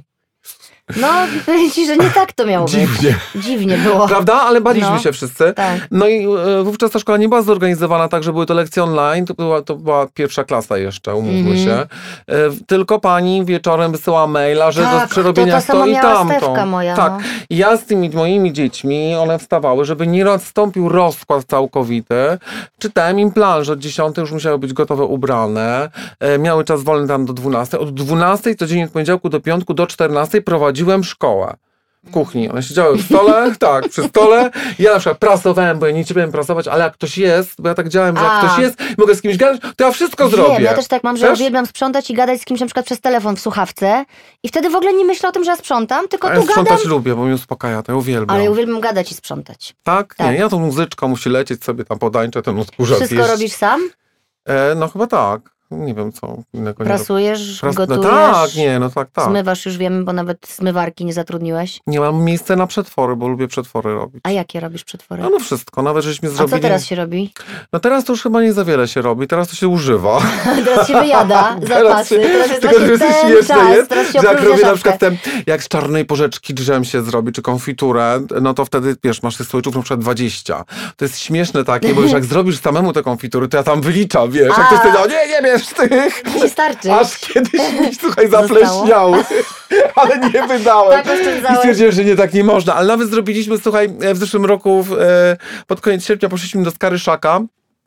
No, powiem ci, że nie tak to miało być. Dziwnie. Dziwnie było. Prawda? Ale baliśmy No. się wszyscy. Tak. No i e, wówczas ta szkoła nie była zorganizowana tak, że były to lekcje online. To była, to była pierwsza klasa jeszcze, umówmy Mhm. się. E, tylko pani wieczorem wysyła maila, że Tak, do przerobienia to ta sama to i miała tamto. Stefka moja, tak. no. I ja z tymi moimi dziećmi, one wstawały, żeby nie nastąpił rozkład całkowity. Czytałem im plan, że od dziesiątej już musiały być gotowe, ubrane. E, miały czas wolny tam do dwunastej. Od dwunastej codziennie od poniedziałku do piątku do czternastej prowadziłem szkołę. W kuchni. One siedziały w stole, tak, przy stole. Ja na przykład prasowałem, bo ja nie cierpiałem prasować, ale jak ktoś jest, bo ja tak działałem, że jak A. ktoś jest, mogę z kimś gadać, to ja wszystko Wiem, zrobię. ja też tak mam, że Wiesz? uwielbiam sprzątać i gadać z kimś na przykład przez telefon w słuchawce i wtedy w ogóle nie myślę o tym, że ja sprzątam, tylko A tu ja sprzątać gadam. lubię, bo mnie uspokaja, to ja uwielbiam. Ale ja uwielbiam gadać i sprzątać. Tak? Tak. Nie, ja tą muzyczką musi lecieć sobie tam podańcze, ten odkurzacz Wszystko jeść. robisz sam? E, no chyba tak. Nie wiem co innego nie robię. Prasujesz, Pras- gotujesz, No tak, nie, no tak, tak. zmywasz, już wiemy, bo nawet zmywarki nie zatrudniłeś. Nie mam miejsca na przetwory, bo lubię przetwory robić. A jakie robisz przetwory? No, no wszystko, nawet żeśmy A zrobili... co teraz się robi? No teraz to już chyba nie za wiele się robi, teraz to się używa. Teraz się wyjada zapasy. Teraz jest tylko, że właśnie jest ten śmieszne czas. jest, Teraz się że jak opróżnia robię na szafkę. przykład ten, jak z czarnej porzeczki dżem się zrobi, czy konfiturę, no to wtedy, wiesz, masz tych słoiczów na przykład dwadzieścia. To jest śmieszne takie, bo już jak zrobisz samemu te konfitury, to ja tam wyliczam, wiesz, jak A. ktoś wtedy, o nie, nie bierz tych. Ci starczy. Aż kiedyś mi, słuchaj, Zostało? zapleśniały, ale nie wydałem. Tak oszczędzałeś. I stwierdziłem, że nie, tak nie można. Ale nawet zrobiliśmy, słuchaj, w zeszłym roku, w, e, pod koniec sierpnia poszliśmy do Skaryszaka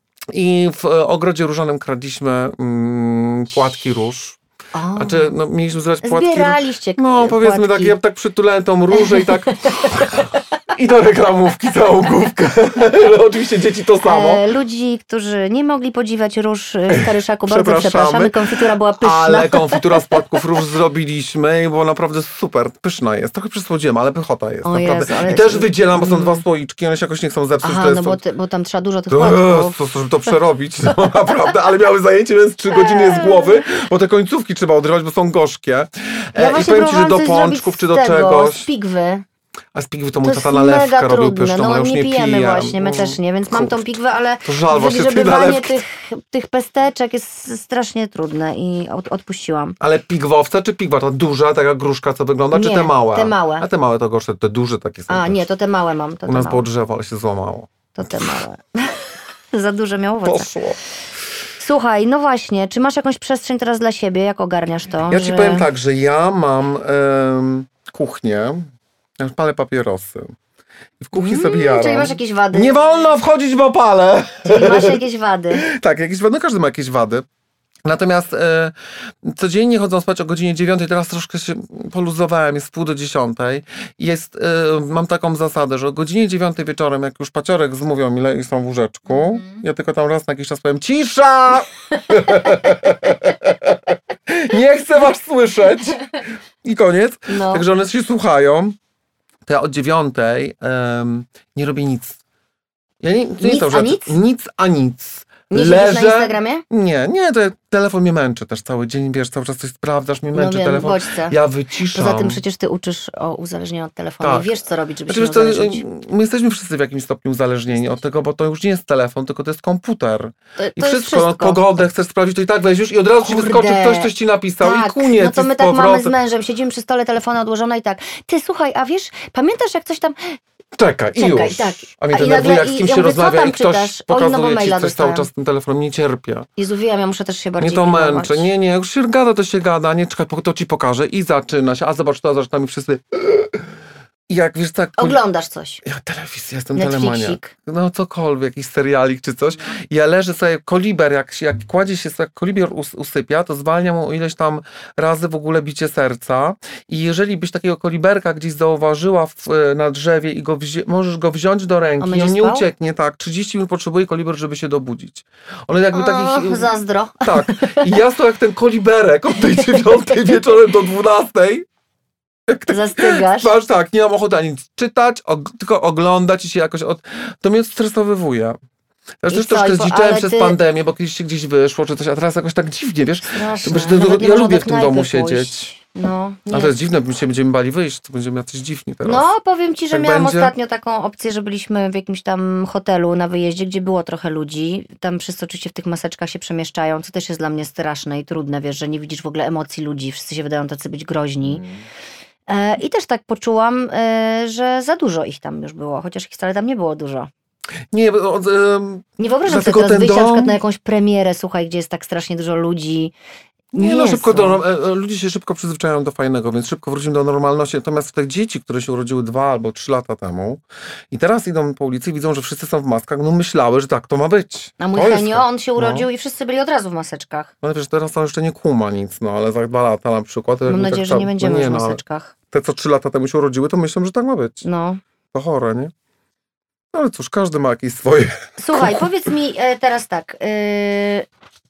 i w e, ogrodzie różanym kradliśmy mm, płatki róż. O, Znaczy, no, mieliśmy zbierać płatki róż. zbieraliście No, powiedzmy tak, płatki. ja tak przytulałem tą różę i tak... I do reklamówki całą główkę. No, oczywiście dzieci to samo. E, ludzi, którzy nie mogli podziwiać róż w Karyszaku, bardzo Przepraszamy. przepraszamy. Konfitura była pyszna. Ale konfitura z płatków róż zrobiliśmy i było naprawdę super. Pyszna jest. Trochę przysłodziłem, ale pychota jest. O naprawdę. Jezu, ale- I też wydzielam, bo są dwa słoiczki, one się jakoś nie chcą zepsuć. Aha, to jest no bo, to... ty, bo tam trzeba dużo tych To, płatków. to, to, żeby to przerobić, no naprawdę, ale miały zajęcie, więc trzy godziny z głowy, bo te końcówki trzeba odrywać, bo są gorzkie. E, Ja I właśnie powiem ci, że próbowałam do coś pączków czy do zrobić z tego, czegoś. z pigwy. A z pigwy to To mój jest tata nalewkę mega robił trudne. pyszną, No ale już nie nie pijemy piję. właśnie, my też nie, więc mam tą pigwę, ale To żal właśnie tej wygrzebywanie nalewki. tych, tych pesteczek jest strasznie trudne i od, odpuściłam. Ale pigwowce czy pigwa? Ta duża, taka gruszka, co wygląda, czy Nie, te małe? te małe. A te małe to gorsze, te duże takie są. A też. nie, to te małe mam. To U te nas małe. było drzewo, ale się złamało. To te małe. Za duże miało owoce. Poszło. Słuchaj, no właśnie, czy masz jakąś przestrzeń teraz dla siebie? Jak ogarniasz to? Ja ci że... powiem tak, że ja mam em, kuchnię, ja już palę papierosy. I w kuchni sobie jaram. Czyli masz jakieś wady? Nie wolno wchodzić w opale! Czyli masz jakieś wady. Tak, jakieś wady, no każdy ma jakieś wady. Natomiast e, codziennie chodzą spać o godzinie dziewiątej, teraz troszkę się poluzowałem, jest pół do dziesiątej. Jest, e, mam taką zasadę, że o godzinie dziewiątej wieczorem, jak już paciorek zmówią ile i są w łóżeczku, ja tylko tam raz na jakiś czas powiem cisza! Nie chcę was słyszeć. I koniec. No. Także one się słuchają. To ja od dziewiątej um, nie robię nic. Ja nie, to nie Nic to, a że nic? Nic a nic. Nie siedzisz Leżę. na Instagramie? Nie, nie, to telefon mnie męczy też cały dzień, wiesz, cały czas coś sprawdzasz, mnie męczy no wiem, telefon. bodźce. Ja wyciszam. Poza tym przecież ty uczysz o uzależnieniu od telefonu Tak. i wiesz, co robić, żeby Znaczy, się nie wiesz, to, uzależnić. my jesteśmy wszyscy w jakimś stopniu uzależnieni od tego, bo to już nie jest telefon, tylko to jest komputer. To, to I jest wszystko, wszystko. No, pogodę chcesz sprawdzić, to i tak weźmiesz i od razu ci Kurde. wyskoczy ktoś, coś ci napisał Tak, i koniec. no to my i z tak mamy z powrotem. mężem, siedzimy przy stole, telefony odłożone i tak, ty słuchaj, a wiesz, pamiętasz jak coś tam... Czekaj, i Czekaj, już. tak. A mnie A i denerwuje, nagle- jak z i kimś ja się mówię, co rozmawia tam i ktoś czytasz? Oj, pokazuje nowego ci maila coś dostałem. cały czas tym telefonem. Nie cierpię. Jezu, wiem, ja muszę też się bardziej Mnie to pilnować. męczy. Nie, nie, już się gada, to się gada. Nie, czekaj, to ci pokażę i zaczyna się. A zobacz to, zaczyna mi wszyscy... I jak, wiesz, tak... Oglądasz coś. Ja telewizję, jestem Netflixik. telemaniak. No cokolwiek, jakiś serialik czy coś. I ja leżę sobie, koliber, jak, się, jak kładzie się, jak koliber us, usypia, to zwalnia mu ileś tam razy w ogóle bicie serca. I jeżeli byś takiego koliberka gdzieś zauważyła w, na drzewie i go wzi- możesz go wziąć do ręki, On on, będzie nie spał? ucieknie, tak. trzydzieści minut potrzebuje koliber, żeby się dobudzić. On jakby O, takich... zazdro. Tak. I ja stoję jak ten koliberek od tej dziewiątej wieczorem do dwunastej. Zastygasz. Twarz, tak, nie mam ochoty ani czytać, og- tylko oglądać i się jakoś od... To mnie stresowywuje. Ja I też co, troszkę i po- zdziczałem ale przez ty- pandemię, bo kiedyś się gdzieś wyszło czy coś, a teraz jakoś tak dziwnie, wiesz? Straszne. Wiesz, to- to- Nawet nie ja można lubię do w tym domu knajpy siedzieć. pójść. No, A nie. to jest dziwne, my się będziemy bali wyjść, to będziemy jacyś dziwni teraz. No, powiem ci, że Tak miałam będzie? ostatnio taką opcję, że byliśmy w jakimś tam hotelu na wyjeździe, gdzie było trochę ludzi. Tam wszyscy oczywiście w tych maseczkach się przemieszczają, co też jest dla mnie straszne i trudne, wiesz, że nie widzisz w ogóle emocji ludzi, wszyscy się wydają tacy być groźni. E, I też tak poczułam, e, że za dużo ich tam już było, chociaż ich wcale tam nie było dużo. Nie, bo... od, em, Nie wyobrażam sobie Dlatego teraz ten wyjść na dom- przykład na jakąś premierę, słuchaj, gdzie jest tak strasznie dużo ludzi. Nie, no szybko są. do, e, e, ludzie się szybko przyzwyczajają do fajnego, więc szybko wrócimy do normalności. Natomiast te dzieci, które się urodziły dwa albo trzy lata temu i teraz idą po ulicy i widzą, że wszyscy są w maskach, no myślały, że tak to ma być. A mój To jest Henio, to. on się urodził i wszyscy byli od razu w maseczkach. No wiesz, teraz on jeszcze nie kuma nic, no ale za dwa lata na przykład... to Mam jakby nadzieję, tak że tam- nie będziemy no już w no, ale maseczkach. te, co trzy lata temu się urodziły, to myślą, że tak ma być. No. To chore, nie? No ale cóż, każdy ma jakieś swoje... Słuchaj, powiedz mi e, teraz tak. E,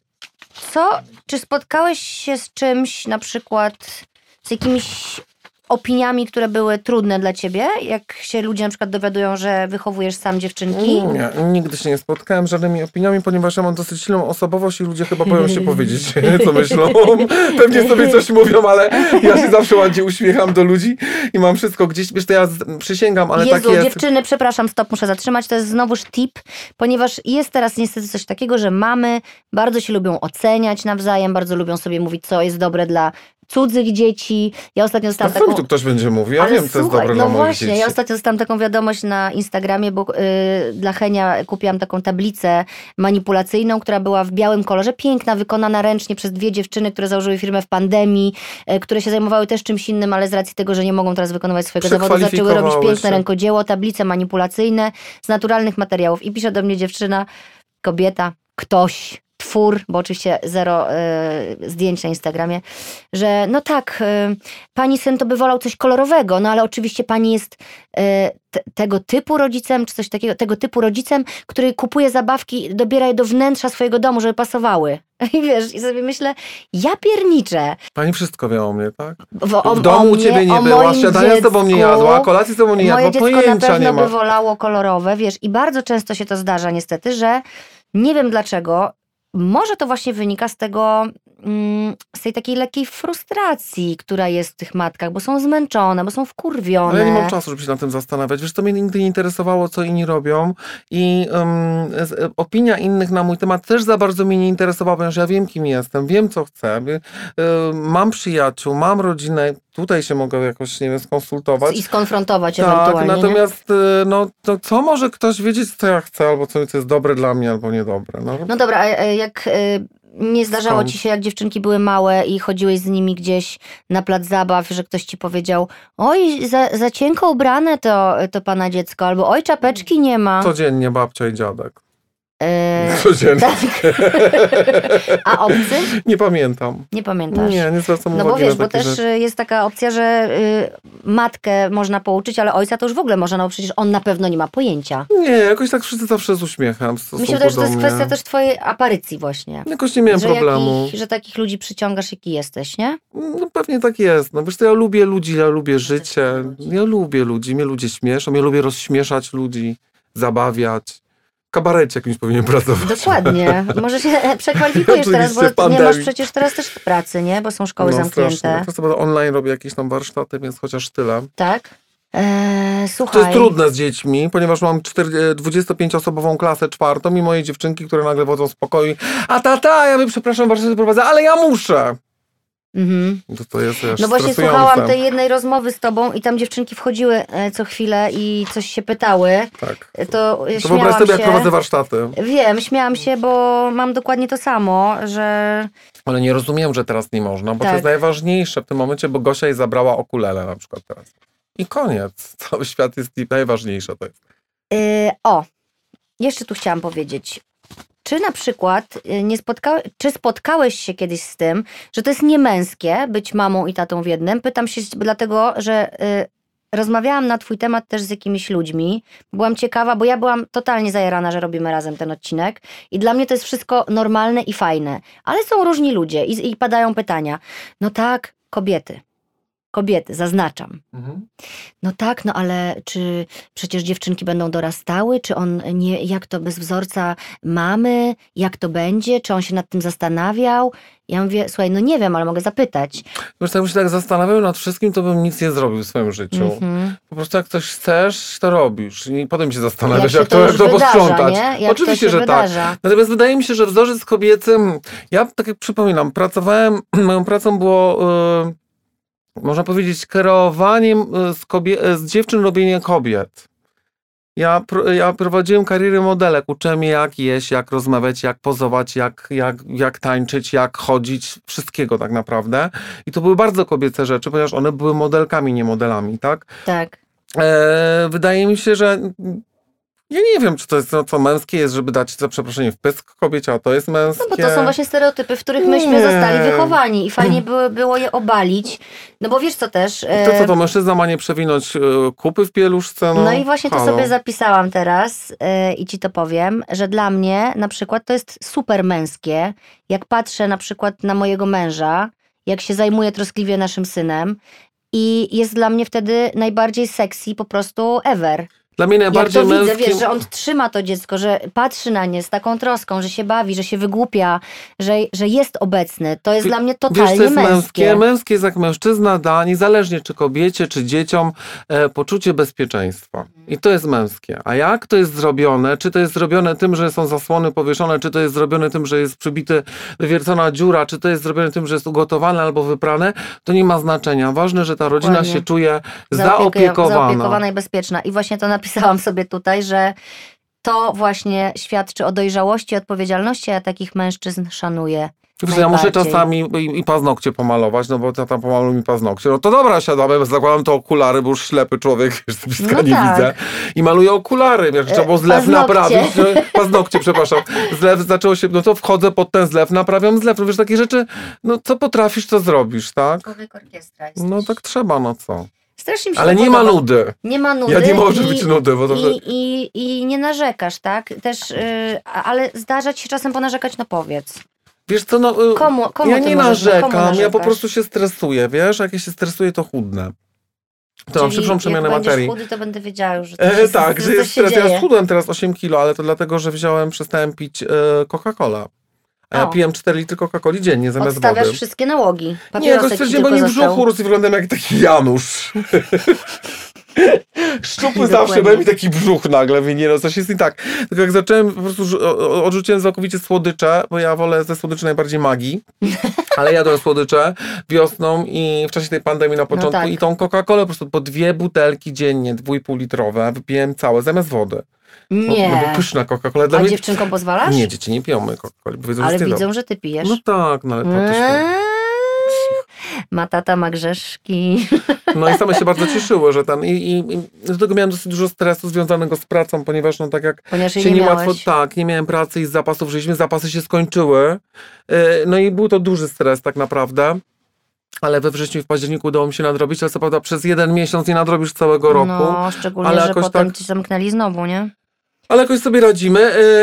co, czy spotkałeś się z czymś, na przykład z jakimiś opiniami, które były trudne dla ciebie? Jak się ludzie na przykład dowiadują, że wychowujesz sam dziewczynki? Nie, nigdy się nie spotkałem z żadnymi opiniami, ponieważ ja mam dosyć silną osobowość i ludzie chyba boją się powiedzieć, co myślą. Pewnie sobie coś mówią, ale ja się zawsze ładnie uśmiecham do ludzi i mam wszystko gdzieś, wiesz, to ja z- przysięgam, ale Jezu, tak jest. dziewczyny, przepraszam, stop, muszę zatrzymać. To jest znowuż tip, ponieważ jest teraz niestety coś takiego, że mamy bardzo się lubią oceniać nawzajem, bardzo lubią sobie mówić, co jest dobre dla cudzych dzieci. Ja ostatnio A dostałam co mi taką... tu ktoś będzie mówił? Ja Ale wiem, co jest słuchaj, dobre no dla moich właśnie, dzieci. ja ostatnio dostałam taką wiadomość na Instagramie, bo y, dla Henia kupiłam taką tablicę manipulacyjną, która była w białym kolorze, piękna, wykonana ręcznie przez dwie dziewczyny, które założyły firmę w pandemii, y, które się zajmowały też czymś innym, ale z racji tego, że nie mogą teraz wykonywać swojego zawodu, zaczęły robić Przekwalifikowały piękne się. rękodzieło, tablice manipulacyjne z naturalnych materiałów. I pisze do mnie dziewczyna, kobieta, ktoś, twór, bo oczywiście zero y, zdjęć na Instagramie, że no tak, y, pani syn to by wolał coś kolorowego, no ale oczywiście pani jest y, te, tego typu rodzicem, czy coś takiego, tego typu rodzicem, który kupuje zabawki, dobiera je do wnętrza swojego domu, żeby pasowały. I wiesz, i sobie myślę, ja pierniczę. Pani wszystko wie o mnie, tak? W, o, W domu o u mnie, ciebie nie o była, moim śniadania z tobą nie dziecku. jadła, kolacji z tobą nie Moje jadła, dziecko na pojęcia pewno nie ma. by wolało kolorowe, wiesz, i bardzo często się to zdarza niestety, że nie wiem dlaczego, może to właśnie wynika z tego, mm, z tej takiej lekkiej frustracji, która jest w tych matkach, bo są zmęczone, bo są wkurwione. Ale ja nie mam czasu, żeby się nad tym zastanawiać. Wiesz, to mnie nigdy nie interesowało, co inni robią i um, z, opinia innych na mój temat też za bardzo mnie nie interesowała, ponieważ ja wiem, kim jestem, wiem, co chcę, wie, y, mam przyjaciół, mam rodzinę, tutaj się mogę jakoś, nie wiem, skonsultować. I skonfrontować Tak, ewentualnie. natomiast y, no, to co może ktoś wiedzieć, co ja chcę, albo co, co jest dobre dla mnie, albo niedobre. No, No dobra, a a jak y, nie zdarzało Skąd? ci się, jak dziewczynki były małe i chodziłeś z nimi gdzieś na plac zabaw, że ktoś ci powiedział, oj, za, za cienko ubrane to, to pana dziecko, albo oj, czapeczki nie ma. Codziennie babcia i dziadek. Yy, Codziennie. tak. A obcy? Nie pamiętam. Nie pamiętasz? Nie, nie zwracam No uwagi bo wiesz, na bo takie też rzeczy. jest taka opcja, że y, matkę można pouczyć, ale ojca to już w ogóle można, no przecież on na pewno nie ma pojęcia. Nie, jakoś tak wszyscy zawsze z uśmiechem. Mi się wydaje, że to jest kwestia też twojej aparycji właśnie. Jakoś nie miałem że problemu. Jakich, że takich ludzi przyciągasz, jaki jesteś, nie? No pewnie tak jest. No wiesz co, ja lubię ludzi, ja lubię życie. Ja lubię ludzi, mnie ludzie śmieszą, ja lubię rozśmieszać ludzi, zabawiać. W kabarecie jakimś powinien pracować. Dokładnie. Może się przekwalifikujesz teraz, Oczywiście w bo nie pandemii. masz przecież teraz też pracy, nie? Bo są szkoły No zamknięte. strasznie. Po prostu online robię jakieś tam warsztaty, więc chociaż tyle. Tak? Eee, To słuchaj. jest trudne z dziećmi, ponieważ mam dwudziestopięcioosobową klasę czwartą i moje dziewczynki, które nagle wchodzą z pokoju. A tata, ja bym, przepraszam, warsztaty prowadzę, ale ja muszę. Mhm. To, to jest wiesz, No właśnie stresujące. słuchałam tej jednej rozmowy z tobą i tam dziewczynki wchodziły e, co chwilę i coś się pytały. Tak. E, To, To śmiałam wyobraź sobie, się. jak prowadzę warsztaty. Wiem, śmiałam się, bo mam dokładnie to samo, że Ale nie rozumiem, że teraz nie można, bo Tak. to jest najważniejsze w tym momencie, bo Gosia jej zabrała ukulele na przykład teraz. I koniec. Cały świat jest najważniejsze. To jest. Yy, o, jeszcze tu chciałam powiedzieć. Czy na przykład yy, nie spotkałeś, czy spotkałeś się kiedyś z tym, że to jest niemęskie być mamą i tatą w jednym? Pytam się dlatego, że yy, rozmawiałam na twój temat też z jakimiś ludźmi. Byłam ciekawa, bo ja byłam totalnie zajarana, że robimy razem ten odcinek i dla mnie to jest wszystko normalne i fajne. Ale są różni ludzie i, i padają pytania. No tak, kobiety. Kobiety, zaznaczam. Mhm. No tak, no ale czy przecież dziewczynki będą dorastały? Czy on nie, jak to bez wzorca mamy? Jak to będzie? Czy on się nad tym zastanawiał? Ja mówię, słuchaj, no nie wiem, ale mogę zapytać. Wiesz, jakbym się tak zastanawiał nad wszystkim, to bym nic nie zrobił w swoim życiu. Mhm. Po prostu jak coś chcesz, to robisz. I potem się zastanawiasz, się jak, to, jak już to wydarza, posprzątać. nie? Jak Oczywiście, to się że wydarza. tak. Natomiast wydaje mi się, że wzorzec kobiecy... Ja tak jak przypominam, pracowałem... Moją pracą było... Yy, można powiedzieć, kreowaniem z, kobie- z dziewczyn robienie kobiet. Ja, pr- ja prowadziłem karierę modelek, uczyłem je jak jeść, jak rozmawiać, jak pozować, jak, jak, jak tańczyć, jak chodzić, wszystkiego tak naprawdę. I to były bardzo kobiece rzeczy, ponieważ one były modelkami, nie modelami, tak? Tak. E, wydaje mi się, że ja nie wiem, czy to jest no, co męskie jest, żeby dać za przeproszenie w pysk kobiecie, a to jest męskie. No bo to są właśnie stereotypy, w których myśmy Nie. zostali wychowani i fajnie było, było je obalić. No bo wiesz co też... To co, to mężczyzna ma nie przewinąć e, kupy w pieluszce? No, No i właśnie to halo. sobie zapisałam teraz yy, i ci to powiem, że dla mnie na przykład to jest super męskie, jak patrzę na przykład na mojego męża, jak się zajmuje troskliwie naszym synem i jest dla mnie wtedy najbardziej sexy po prostu ever. Dla mnie Jak najbardziej to widzę, męskim... wiesz, że on trzyma to dziecko, że patrzy na nie z taką troską, że się bawi, że się wygłupia, że, że jest obecny. To jest dla mnie totalnie Wiesz, to jest męskie. męskie. Męskie jest jak mężczyzna da, niezależnie czy kobiecie, czy dzieciom, e, poczucie bezpieczeństwa. I to jest męskie. A jak to jest zrobione? Czy to jest zrobione tym, że są zasłony powieszone, czy to jest zrobione tym, że jest przybity, wywiercona dziura, czy to jest zrobione tym, że jest ugotowane albo wyprane, to nie ma znaczenia. Ważne, że ta rodzina Dokładnie. się czuje Zaopiekuję- zaopiekowana. Zaopiekowana i bezpieczna. I właśnie to napisałam sobie tutaj, że to właśnie świadczy o dojrzałości i odpowiedzialności, a ja takich mężczyzn szanuję. Wiesz, ja muszę najbardziej. czasami i, i paznokcie pomalować, no bo tata pomaluj mi paznokcie. No to dobra, siadamy, zakładam to okulary, bo już ślepy człowiek, wiesz, z bliska No nie tak. widzę. I maluję okulary, wiesz, trzeba było zlew paznokcie. naprawić. No, paznokcie, przepraszam. Zlew zaczęło się, no to wchodzę pod ten zlew, naprawiam zlew. No wiesz, takie rzeczy, no co potrafisz, to zrobisz, tak? Człowiek orkiestra jesteś. No tak trzeba, no co. Strasznie mi się Ale to nie ma podoba. nudy. Nie ma nudy. Ja nie może i, być nudy, bo to... I, i, I nie narzekasz, tak? Też, yy, ale zdarza ci się czasem ponarzekać, no powiedz. Wiesz co, no... y, Komu, komu ja ty nie możesz- narzekam, komu ja po narzekasz? prostu się stresuję, wiesz? Jak ja się stresuję, to chudnę. To mam Czyli szybszą przemianę jak materii. będziesz chudy, to będę wiedziała już, że to E, się, tak, że że coś jest się stres. Ja dzieje. schudłem teraz osiem kilo, ale to dlatego, że wziąłem, przestałem pić e, Coca-Cola. A ja O. piłem cztery litry Coca-Coli dziennie zamiast Odstawiasz wody. wszystkie nałogi. Nie, jakoś Papierosek ci stwierdziłem, bo tylko mi w został. brzuchu rósł i wyglądam jak taki Janusz. Szczupły zawsze, Dokładnie. daj mi taki brzuch nagle, mówię, nie no, coś jest nie tak. Tylko jak zacząłem, po prostu rzu- o- odrzuciłem całkowicie słodycze, bo ja wolę ze słodyczy najbardziej magii, ale jadłem słodycze wiosną i w czasie tej pandemii na początku tak. i tą Coca-Colę po prostu po dwie butelki dziennie, dwójpół litrowe, wypiłem całe, zamiast wody. No, no Nie. bo pyszna Coca-Cola. Dla A mnie... dziewczynkom pozwalasz? Nie, dzieci nie piją mojej Coca-Coli, bo wiedzą, Ale że jest widzą, niedobre. że ty pijesz. No tak, no ale to też... Eee, ma tata, ma grzeszki. No i same się bardzo cieszyły, że ten... I, i, i do tego miałem dosyć dużo stresu związanego z pracą, ponieważ no tak jak Ponieważ się nie nie miałeś. łatwo... Tak, nie miałem pracy i z zapasów żyliśmy, zapasy się skończyły. No i był to duży stres tak naprawdę. Ale we wrześniu i w październiku udało mi się nadrobić, ale co prawda przez jeden miesiąc nie nadrobisz całego roku. No, szczególnie, ale że jakoś potem tak... ci zamknęli znowu, nie? Ale jakoś sobie radzimy.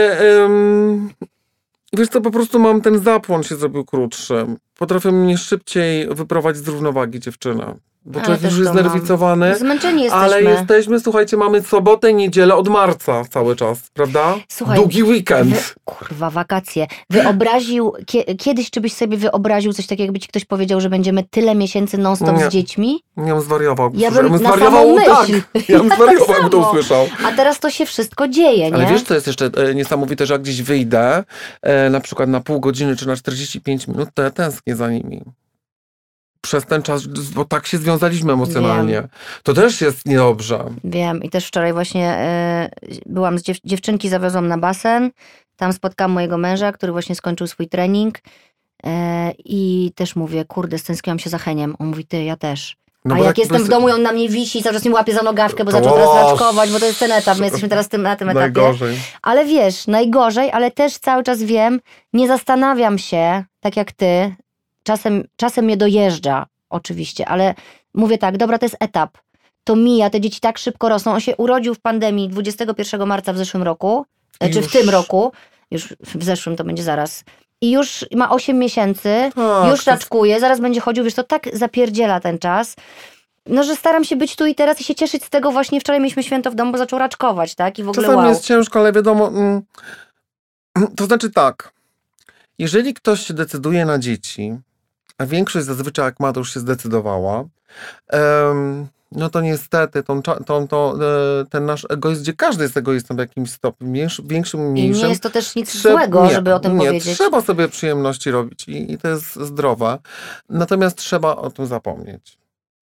Yy, yy, wiesz co, po prostu mam ten zapłon się zrobił krótszy. Potrafią mnie szybciej wyprowadzić z równowagi dziewczyna. Bo Ale człowiek też już jest to mam. znerwicowany. Zmęczeni jesteśmy. Ale jesteśmy, słuchajcie, mamy sobotę, niedzielę od marca cały czas, prawda? Słuchaj, długi weekend. Wy, kurwa, wakacje. Wyobraził, kie, kiedyś czy byś sobie wyobraził coś takiego, jakby ci ktoś powiedział, że będziemy tyle miesięcy non-stop Nie. z dziećmi? Ja bym zwariował. Ja Ja bym bym na zwariował, samą tak. myśl. Ja bym zwariował, jakbym to samo. usłyszał. A teraz to się wszystko dzieje, nie? Ale wiesz, co jest jeszcze e, niesamowite, że jak gdzieś wyjdę, e, na przykład na pół godziny czy na czterdzieści pięć minut, to ja tęsknię za nimi. Przez ten czas, bo tak się związaliśmy emocjonalnie. Wiem. To też jest niedobrze. Wiem i też wczoraj właśnie y, byłam z dziew dziewczynki, zawiozłam na basen, tam spotkałam mojego męża, który właśnie skończył swój trening y, i też mówię, kurde, stęskniłam się za Heniem. On mówi, ty, ja też. No A bo jak tak jestem bez- w domu i on na mnie wisi, cały czas mnie łapie za nogawkę, bo To zaczął teraz o, raczkować, bo to jest ten etap, my jesteśmy teraz tym, na tym etapie. Najgorzej. Ale wiesz, najgorzej, ale też cały czas wiem, nie zastanawiam się, tak jak ty, czasem, czasem mnie dojeżdża, oczywiście, ale mówię tak, dobra, to jest etap, to mija, te dzieci tak szybko rosną. On się urodził w pandemii dwudziestego pierwszego marca w zeszłym roku, I czy już- w tym roku, już w zeszłym to będzie zaraz. I już ma osiem miesięcy, Tak, już to- raczkuje, zaraz będzie chodził, wiesz, to tak zapierdziela ten czas. No, że staram się być tu i teraz i się cieszyć z tego właśnie. Wczoraj mieliśmy święto w domu, bo zaczął raczkować, tak? I w ogóle Czasami wow. jest ciężko, ale wiadomo, mm, to znaczy tak, jeżeli ktoś się decyduje na dzieci, a większość zazwyczaj jak ma, to już się zdecydowała, em, no to niestety tą, cza- tą, tą, e, ten nasz egoizm, gdzie każdy jest egoistą w jakimś stopniu, mniejszy- większym, I mniejszym. nie jest to też nic Trze- złego, nie, żeby o tym nie, powiedzieć. trzeba sobie przyjemności robić i, i to jest zdrowe. Natomiast trzeba o tym zapomnieć.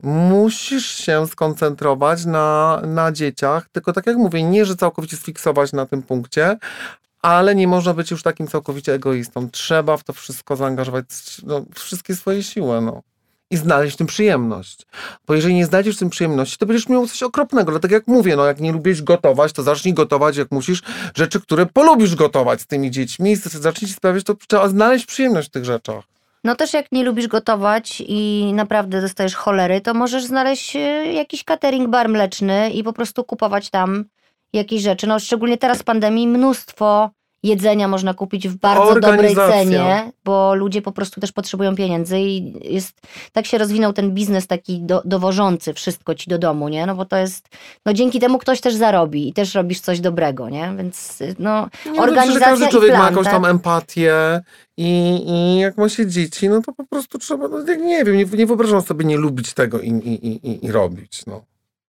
Musisz się skoncentrować na, na dzieciach, tylko tak jak mówię, nie, że całkowicie sfiksować na tym punkcie, ale nie można być już takim całkowicie egoistą. Trzeba w to wszystko zaangażować no, wszystkie swoje siły, no. I znaleźć w tym przyjemność. Bo jeżeli nie znajdziesz w tym przyjemności, to będziesz miał coś okropnego. Dlatego jak mówię, no jak nie lubisz gotować, to zacznij gotować, jak musisz, rzeczy, które polubisz gotować z tymi dziećmi. Zacznij ci sprawiać, to trzeba znaleźć przyjemność w tych rzeczach. No też jak nie lubisz gotować i naprawdę dostajesz cholery, to możesz znaleźć e, jakiś catering bar mleczny i po prostu kupować tam jakieś rzeczy. No szczególnie teraz w pandemii mnóstwo jedzenia można kupić w bardzo dobrej Organizacja. cenie, bo ludzie po prostu też potrzebują pieniędzy i jest, tak się rozwinął ten biznes taki do, dowożący wszystko ci do domu, nie? No bo to jest, no dzięki temu ktoś też zarobi i też robisz coś dobrego, nie? Więc no Nie, no, organizacja każdy i człowiek plan, ma jakąś tak? tam empatię i, i jak ma się dzieci, no to po prostu trzeba, no, jak nie wiem, nie, nie wyobrażam sobie nie lubić tego i, i, i, i- i robić, no.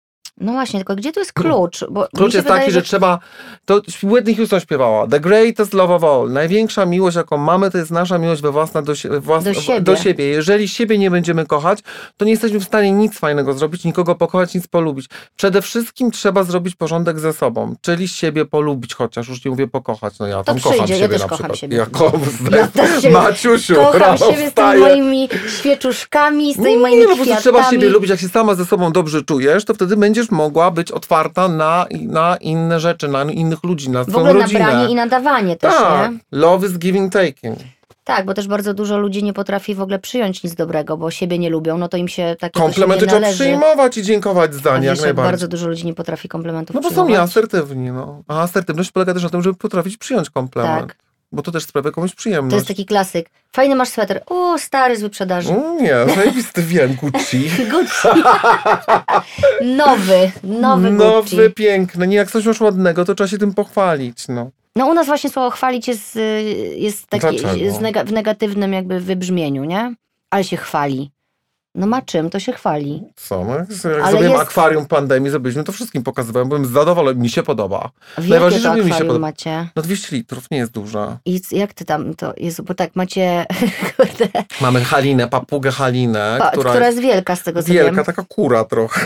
No właśnie, tylko gdzie tu jest klucz? Bo mi Klucz się jest wydaje, taki, że trzeba, to Whitney Houston śpiewała, the greatest love of all, największa miłość, jaką mamy, to jest nasza miłość we własna do, sie, włas, Do siebie. do siebie. Jeżeli siebie nie będziemy kochać, to nie jesteśmy w stanie nic fajnego zrobić, nikogo pokochać, nic polubić. Przede wszystkim trzeba zrobić porządek ze sobą, czyli siebie polubić chociaż, już nie mówię pokochać, no ja tam przyjdzie, kocham ja siebie też na kocham przykład. siebie. Ja kocham, Ja też siebie Maciusiu, kocham rano siebie z tymi wstaję. moimi świeczuszkami, z tymi moimi Nie, no po prostu kwiatami. trzeba siebie lubić, jak się sama ze sobą dobrze czujesz, to wtedy będziesz mogła być otwarta na, na inne rzeczy, na innych ludzi, na W swoją ogóle rodzinę. na branie i na dawanie też, Tak, nie? love is giving, taking. Tak, bo też bardzo dużo ludzi nie potrafi w ogóle przyjąć nic dobrego, bo siebie nie lubią, no to im się takie coś Komplementy nie trzeba należy. przyjmować i dziękować za A nie, jak wiesz, jak najbardziej. bardzo dużo ludzi nie potrafi komplementów No bo są przyjmować? nieasertywni, no. A asertywność polega też na tym, żeby potrafić przyjąć komplement. Tak. Bo to też sprawia komuś To przyjemność. jest taki klasyk. Fajny masz sweter. O, stary z wyprzedaży. Mm, nie, zajebisty wiem, Gucci. Gucci. Nowy, nowy Gucci. Nowy, piękny. Nie, jak coś masz ładnego, to trzeba się tym pochwalić, no. No u nas właśnie słowo chwalić jest, y, jest takie Dlaczego? jest nega, w negatywnym jakby wybrzmieniu, nie? Ale się chwali. No ma czym, to się chwali. Co, no, jak jak Ale zrobiłem jest- akwarium pandemii, zrobiliśmy to wszystkim, pokazywałem, byłem zadowolony, mi się podoba. A w jakie Najważniejsze, to żeby mi się akwarium podoba. macie? No dwieście litrów, nie jest duża. I c- jak ty tam to jest? Bo tak macie, kurde, Mamy Halinę, papugę Halinę, pa, która, która jest jest wielka z tego co wielka, wiem. taka kura trochę.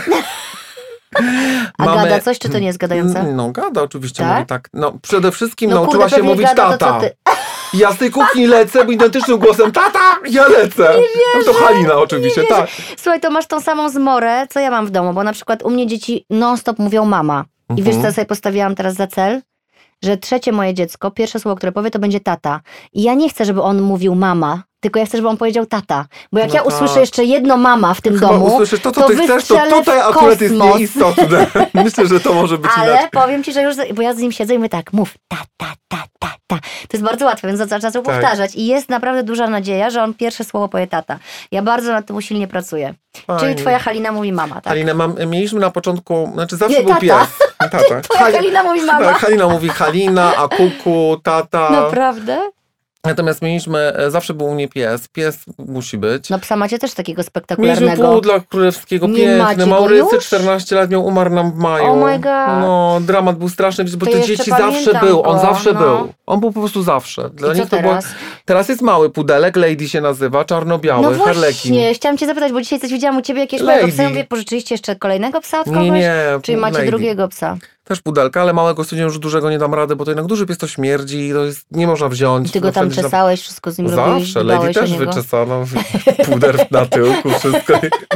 A Mamy- gada coś, czy to nie jest gadające? No gada oczywiście, Tak? mówi tak. No przede wszystkim No nauczyła kurde, się pewnie mówić gada, to tata. co ty? I ja z tej kuchni lecę, bo identycznym głosem, tata, ja lecę. Nie No to Halina oczywiście, tak. Słuchaj, to masz tą samą zmorę, co ja mam w domu, bo na przykład u mnie dzieci non-stop mówią mama. I wiesz, co ja sobie postawiłam teraz za cel? Że trzecie moje dziecko, pierwsze słowo, które powie, to będzie tata. I ja nie chcę, żeby on mówił mama, tylko ja chcę, żeby on powiedział tata. Bo jak No ja tak. usłyszę jeszcze jedno mama w tym Chyba domu, usłyszysz to, co to ty chcesz, to wystrzelę tutaj w akurat jest kosmos. nieistotne. Myślę, że to może być Ale inaczej. powiem ci, że już, bo ja z nim siedzę i my tak, mów, ta, ta, ta, ta, ta. To jest bardzo łatwe, więc zaczęłam Tak. powtarzać. I jest naprawdę duża nadzieja, że on pierwsze słowo powie tata. Ja bardzo nad tym usilnie pracuję. Fajnie. Czyli twoja Halina mówi mama, tak? Halina, mam, mieliśmy na początku, znaczy zawsze Nie, był tata. pies. Tata. Twoja Halina mówi mama. Tak, Halina mówi Halina, a kuku, tata. Naprawdę? Natomiast mieliśmy, e, zawsze był u mnie pies. Pies musi być. No psa macie też takiego Mieliśmy spektakularnego. pudla królewskiego, Nie macie piękny. go Maurycy, już? czternaście lat miał, umarł nam w maju. Oh my God. No, dramat był straszny, bo To te jeszcze dzieci zawsze pamiętam był. On go, zawsze no. był. On był po prostu zawsze. Dla I co nich to teraz? Było... Teraz jest mały pudelek, Lady się nazywa, czarno-biały, No harlekin. właśnie, chciałam cię zapytać, bo dzisiaj coś widziałam u ciebie, jakiegoś Lady. małego psa. Ja mówię, pożyczyliście jeszcze kolejnego psa od kogoś? Nie, nie. Czyli macie Lady. drugiego psa? Też pudelka, ale małego stwierdziłem, że dużego nie dam rady, bo to jednak duży pies to śmierdzi i to jest, nie można wziąć. I ty go No tam wtedy się czesałeś, wszystko z nim robiłeś, Zawsze, Lady dbałeś o też niego? wyczesano, puder na tyłku, wszystko.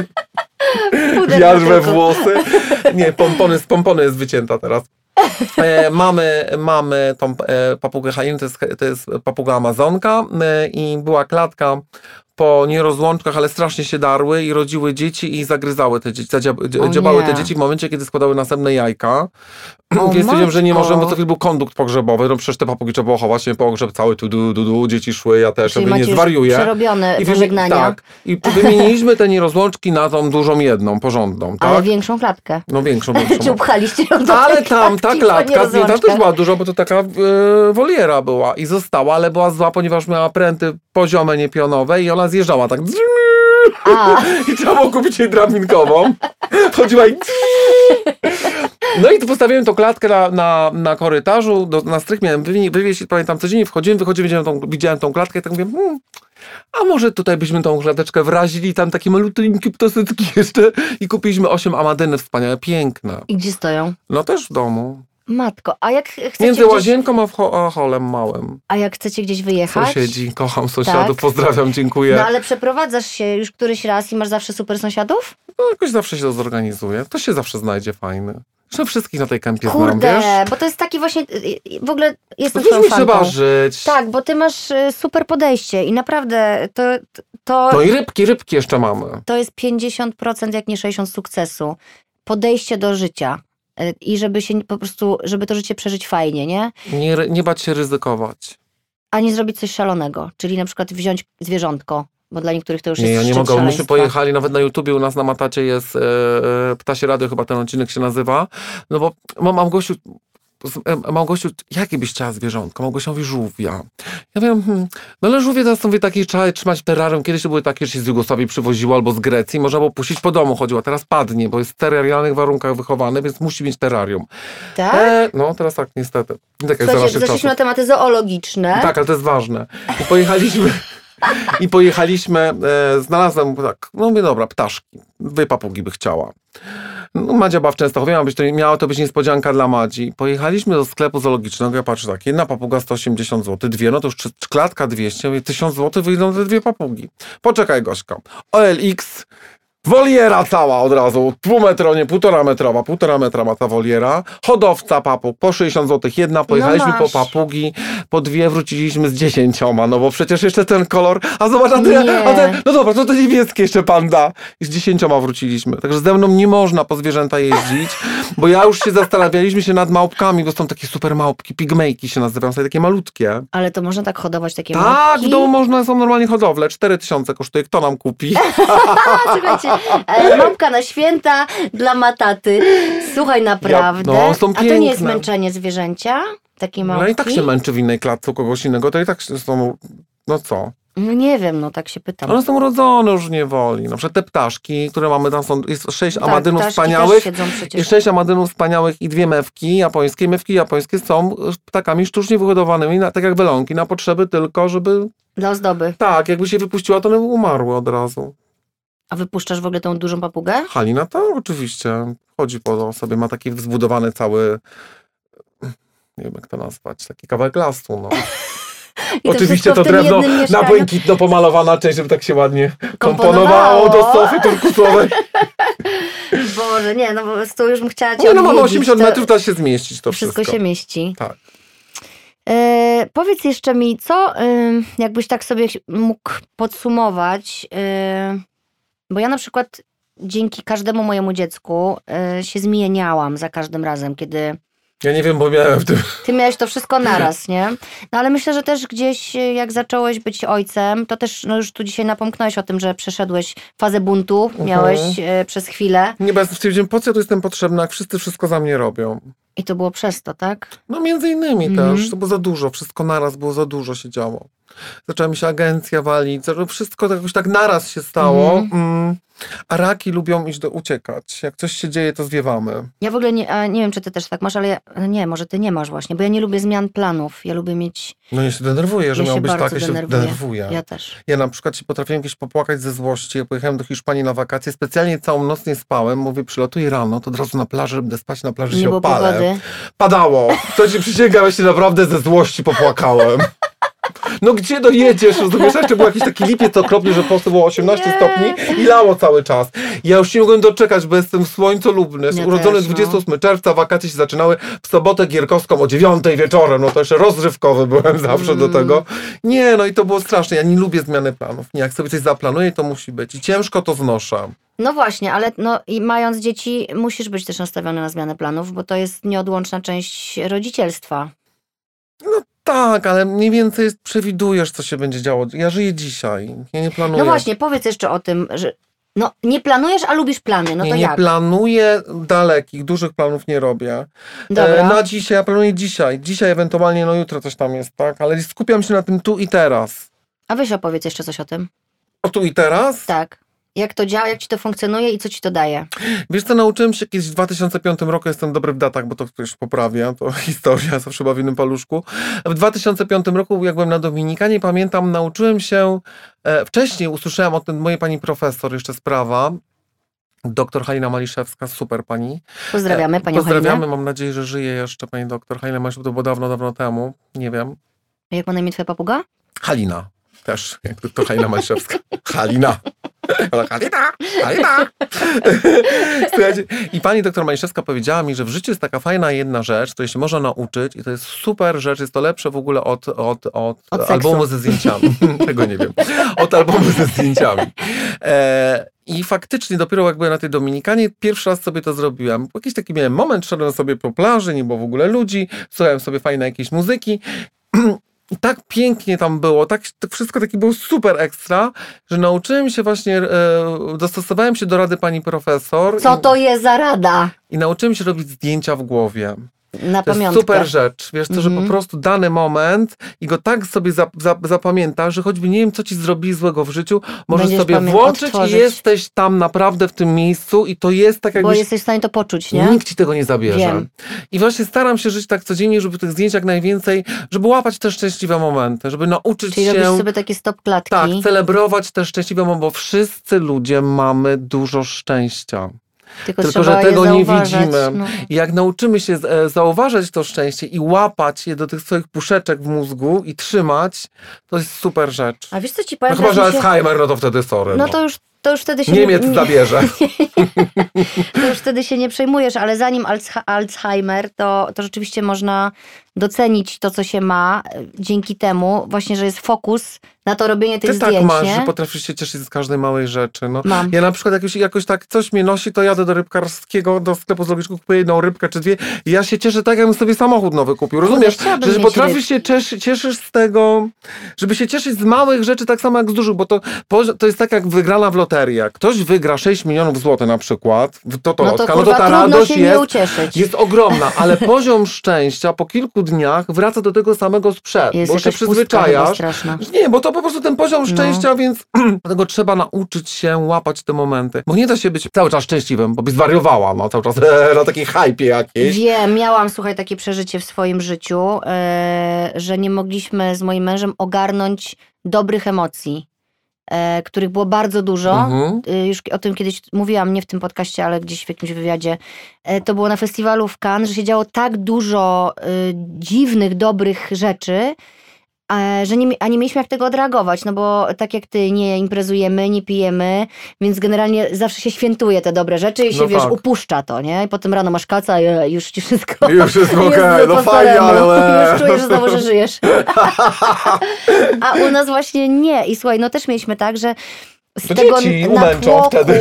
Puder Wiatr na we tyłku. włosy. Nie, pompony, z pompony jest wycięta teraz. E, mamy, mamy tą e, papugę Halinę, to jest, to jest papuga Amazonka e, i była klatka po nierozłączkach, ale strasznie się darły i rodziły dzieci i zagryzały te dzieci, O dziobały nie. te dzieci w momencie, kiedy składały następne jajka. O, Więc stwierdziłem, że nie matko. możemy, bo co chwilę był kondukt pogrzebowy, no przecież te papugi trzeba było chować, nie pogrzeb cały, tu, du, du, du, dzieci szły, ja też, Czyli ja mówię, nie macie już zwariuję. przerobione I wymi- pożegnania, tak, i wymieniliśmy te nierozłączki na tą dużą jedną, porządną, tak? ale większą klatkę. No większą, większą. Czy upchaliście ją do Ale tej tam ta klatki po klatka, nie, tam też nierozłączkach? była duża, bo to taka e, woliera była i została, ale była zła, ponieważ miała pręty poziome, nie pionowe i ona zjeżdżała tak. A. I trzeba było kupić jej drabinkową. Chodziła i... No i postawiłem tą klatkę na, na, na korytarzu, do, na strych miałem wywie- wywieźć, pamiętam, codziennie wchodziłem, wychodziłem, widziałem tą, widziałem tą klatkę i tak mówię, hmm, a może tutaj byśmy tą klateczkę wrazili, tam takie malutkie ptosytki jeszcze i kupiliśmy osiem amadyny wspaniałe, piękne. I gdzie stoją? No też w domu. Matko, a jak chcecie Między gdzieś, łazienką a, wcho- a holem małym. a jak chcecie gdzieś wyjechać? Sąsiedzi, kocham sąsiadów, Tak. pozdrawiam, dziękuję. No ale przeprowadzasz się już któryś raz i masz zawsze super sąsiadów? No jakoś zawsze się to zorganizuje. To się zawsze znajdzie fajny. Że wszystkich na tej kępie znam, Kurde, wiesz? bo to jest taki właśnie, y, y, w ogóle No jestem wiesz, twoją mi fanką. trzeba żyć. Tak, bo ty masz y, super podejście i naprawdę to, to, No i rybki, rybki jeszcze mamy. to jest pięćdziesiąt procent, jak nie sześćdziesiąt procent sukcesu. Podejście do życia. Y, I żeby się po prostu, żeby to życie przeżyć fajnie, nie? Nie, ry- nie bać się ryzykować. A nie zrobić coś szalonego. Czyli na przykład wziąć zwierzątko, bo dla niektórych to już Nie, jest ja nie szczyt mogę. Myśmy szaleństwa. pojechali, nawet na YouTubie u nas na Matacie jest e, e, Ptasie Radio, chyba ten odcinek się nazywa. No bo mam Małgosiu, z- e, Małgosiu, jakie byś chciała zwierzątko? Małgosia mówi żółwia. Ja wiem, hmm, no ale żółwie teraz są wie, takie, trzeba je trzymać w terrarium. Kiedyś to były takie, że się z Jugosławii przywoziło albo z Grecji. Można było puścić po domu, chodziła. Teraz padnie, bo jest w terrarialnych warunkach wychowany, więc musi mieć terrarium. Tak? E, no teraz tak, niestety. Tak jak za Słuchajcie, naszych zeszliśmy czasów. na tematy zoologiczne. Tak, ale to jest ważne. I pojechaliśmy, i pojechaliśmy, e, znalazłem tak, no mówię, dobra, ptaszki, dwie papugi by chciała. No, Madzia była w Częstochowie, miała, być to, miała to być niespodzianka dla Madzi. Pojechaliśmy do sklepu zoologicznego, ja patrzę tak, jedna papuga sto osiemdziesiąt złotych, dwie, no to już czy- klatka dwieście, mówię, tysiąc złotych wyjdą te dwie papugi. Poczekaj, Gośka, O L X, woliera cała od razu, pół metra, nie, półtora metrowa, półtora metra ma ta woliera, hodowca papug, po sześćdziesiąt złotych jedna, pojechaliśmy po masz. papugi, po dwie wróciliśmy z dziesięcioma, no bo przecież jeszcze ten kolor, a zobacz, a ty, Nie. a ten, no dobra, to to niebieskie jeszcze panda, i z dziesięcioma wróciliśmy, także ze mną nie można po zwierzęta jeździć, bo ja już się zastanawialiśmy się nad małpkami, bo są takie super małpki, pigmejki się nazywają, są takie malutkie. Ale to można tak hodować takie Tak, małpki? w domu można, są normalnie hodowle, cztery tysiące kosztuje, kto nam kupi? A, słuchajcie, e, małpka na święta dla mataty. Słuchaj, naprawdę. Ja- no, są A to nie jest piękne. męczenie zwierzęcia? Takie małpki? No i tak się męczy w innej klatce u kogoś innego, to i tak są, no co? No nie wiem, no tak się pytam. One są rodzone już nie woli. Na przykład te ptaszki, które mamy tam, są, jest sześć Tak, amadynów ptaszki wspaniałych. też siedzą przecież. I sześć amadynów wspaniałych i dwie mewki japońskie. Mewki japońskie są ptakami sztucznie wyhodowanymi, na, tak jak welonki, na potrzeby tylko, żeby, Dla ozdoby. tak, jakby się wypuściła, to one by umarły od razu. A wypuszczasz w ogóle tą dużą papugę? Halina to oczywiście chodzi po sobie, ma taki zbudowany cały, nie wiem jak to nazwać, taki kawałek lasu, no. Oczywiście to drewno na błękitno pomalowana część, żeby tak się ładnie komponowało, komponowało do sofy turkusowej. Boże, nie, no po prostu już bym chciała cię Nie, no mamy odwiedzić, osiemdziesiąt to metrów, da się zmieścić to wszystko. Wszystko się mieści. Tak. E, powiedz jeszcze mi, co e, jakbyś tak sobie mógł podsumować, e, bo ja na przykład dzięki każdemu mojemu dziecku e, się zmieniałam za każdym razem, kiedy... Ja nie wiem, bo miałem w tym... Ty miałeś to wszystko naraz, nie? No ale myślę, że też gdzieś jak zacząłeś być ojcem, to też, no już tu dzisiaj napomknąłeś o tym, że przeszedłeś fazę buntu, uh-huh. miałeś e, przez chwilę. Nie, bo ja stwierdziłem, po co ja tu jestem potrzebna, jak wszyscy wszystko za mnie robią. I to było przez to, tak? No między innymi mm-hmm. też, to było za dużo, wszystko naraz było za dużo się działo. Zaczęła mi się agencja walić, wszystko tak jakoś tak naraz się stało. Mm-hmm. Mm. A raki lubią iść do uciekać. Jak coś się dzieje, to zwiewamy. Ja w ogóle nie, a nie wiem, czy ty też tak masz, ale ja, nie, może ty nie masz właśnie, bo ja nie lubię zmian planów. Ja lubię mieć... No ja się denerwuję, że ja miało być tak, ja się denerwuję. denerwuję. Ja też. Ja na przykład się potrafiłem gdzieś popłakać ze złości. Ja pojechałem do Hiszpanii na wakacje, specjalnie całą noc nie spałem. Mówię, przylatuję rano, to od razu na plaży, będę spać na plaży, nie się było opalę. Pogody. Padało. To ci przysięgam, ja się naprawdę ze złości popłakałem. No gdzie dojedziesz? Rozumiesz, jeszcze był jakiś taki lipiec okropny, że po prostu było osiemnaście nie. stopni i lało cały czas. Ja już nie mogłem doczekać, bo jestem słońcolubny. Jestem ja urodzony też, no. dwudziestego ósmego czerwca, wakacje się zaczynały w sobotę gierkowską o dziewiątej wieczorem. No to jeszcze rozrywkowy byłem zawsze mm. do tego. Nie, no i to było straszne. Ja nie lubię zmiany planów. Nie, jak sobie coś zaplanuję, to musi być. I ciężko to znoszę. No właśnie, ale no i mając dzieci, musisz być też nastawiony na zmianę planów, bo to jest nieodłączna część rodzicielstwa. No tak, ale mniej więcej przewidujesz, co się będzie działo. Ja żyję dzisiaj, ja nie planuję. No właśnie, powiedz jeszcze o tym, że no nie planujesz, a lubisz plany, no nie, to nie jak? Nie planuję dalekich, dużych planów nie robię. Dobra. E, na dzisiaj, ja planuję dzisiaj. Dzisiaj ewentualnie, no jutro coś tam jest, tak? Ale skupiam się na tym tu i teraz. A weź opowiedz jeszcze coś o tym. O tu i teraz? Tak. Jak to działa, jak ci to funkcjonuje i co ci to daje? Wiesz co, nauczyłem się kiedyś w dwa tysiące piątym roku, jestem dobry w datach, bo to ktoś poprawia, to historia zawsze była w innym paluszku. W dwa tysiące piątym roku, jak byłem na Dominikanie, pamiętam, nauczyłem się, e, wcześniej usłyszałem o tym mojej pani profesor jeszcze z prawa, doktor Halina Maliszewska, super pani. Pozdrawiamy panią Pozdrawiamy, Halinę. Mam nadzieję, że żyje jeszcze pani doktor Halina Maliszewska, to było dawno, dawno temu, nie wiem. Jak ma na imię twoja papuga? Halina, też, jak doktor Halina Maliszewska. Halina. Halina, Halina. Słuchajcie, i pani doktor Maliszewska powiedziała mi, że w życiu jest taka fajna jedna rzecz, której się można nauczyć i to jest super rzecz, jest to lepsze w ogóle od, od, od, od albumu ze zdjęciami. Tego nie wiem. Od albumu ze zdjęciami. E, I faktycznie dopiero jak byłem na tej Dominikanie, pierwszy raz sobie to zrobiłem. Jakiś taki miałem moment, szedłem sobie po plaży, nie było w ogóle ludzi, słuchałem sobie fajnej jakiejś muzyki. I tak pięknie tam było, tak, tak wszystko takie było super ekstra, że nauczyłem się właśnie, e, dostosowałem się do rady pani profesor. Co i, to jest za rada? I nauczyłem się robić zdjęcia w głowie. Na to pamiątkę. jest super rzecz, wiesz co, mm-hmm. że po prostu dany moment i go tak sobie za, za, zapamiętasz, że choćby nie wiem, co ci zrobi złego w życiu, możesz Będziesz sobie włączyć odtworzyć. I jesteś tam naprawdę w tym miejscu i to jest tak jakbyś... Bo jesteś w stanie to poczuć, nie? Nikt ci tego nie zabierze. Wiem. I właśnie staram się żyć tak codziennie, żeby tych zdjęć jak najwięcej, żeby łapać te szczęśliwe momenty, żeby nauczyć Czyli się... Czyli robisz sobie takie stop klatki. Tak, celebrować te szczęśliwe momenty, bo wszyscy ludzie mamy dużo szczęścia. Tylko, Tylko że tego nie widzimy. No. I jak nauczymy się z, zauważać to szczęście i łapać je do tych swoich puszeczek w mózgu i trzymać, to jest super rzecz. A wiesz co ci powiem? No chyba, że się... Alzheimer, no to wtedy sorry. No, no. to już to już wtedy się Niemiec nie, zabierze. To już wtedy się nie przejmujesz, ale zanim Alzheimer, to, to rzeczywiście można docenić to, co się ma dzięki temu, właśnie, że jest fokus na to robienie tych Ty zdjęć. tak masz, nie? że potrafisz się cieszyć z każdej małej rzeczy. No. Mam. Ja na przykład jakoś, jakoś tak coś mnie nosi, to jadę do rybkarskiego, do sklepu zoologicznego, kupuję jedną rybkę czy dwie i ja się cieszę tak, jakbym sobie samochód nowy kupił. Rozumiesz? Kurde, że potrafisz się cieszyć, cieszysz z tego, żeby się cieszyć z małych rzeczy tak samo jak z dużych, bo to, to jest tak jak wygrana w loterię. Ktoś wygra sześć milionów złotych na przykład, to to, no to, no kurwa, to ta trudno radość się jest, nie ucieszyć. jest ogromna, ale poziom szczęścia po kilku dniach wraca do tego samego sprzed, jest bo się przyzwyczajasz. Nie, bo to po prostu ten poziom szczęścia, no. Więc dlatego trzeba nauczyć się łapać te momenty. Bo nie da się być cały czas szczęśliwym, bo byś zwariowała, no cały czas e, na takiej hypie jakiejś. Wiem, miałam, słuchaj, takie przeżycie w swoim życiu, e, że nie mogliśmy z moim mężem ogarnąć dobrych emocji, e, których było bardzo dużo. Mhm. E, już o tym kiedyś mówiłam, nie w tym podcaście, ale gdzieś w jakimś wywiadzie. E, to było na festiwalu w Cannes, że się działo tak dużo e, dziwnych, dobrych rzeczy, a, że nie, a nie mieliśmy jak tego odreagować, no bo tak jak ty, nie imprezujemy, nie pijemy, więc generalnie zawsze się świętuje te dobre rzeczy i się, No wiesz, tak. upuszcza to, nie? I potem rano masz kaca i już ci wszystko... Już jest okej, jest no po fajnie, staremu. ale... Już czujesz znowu, że żyjesz. A u nas właśnie nie. I słuchaj, no też mieliśmy tak, że z To tego dzieci umęczą natłoku, wtedy.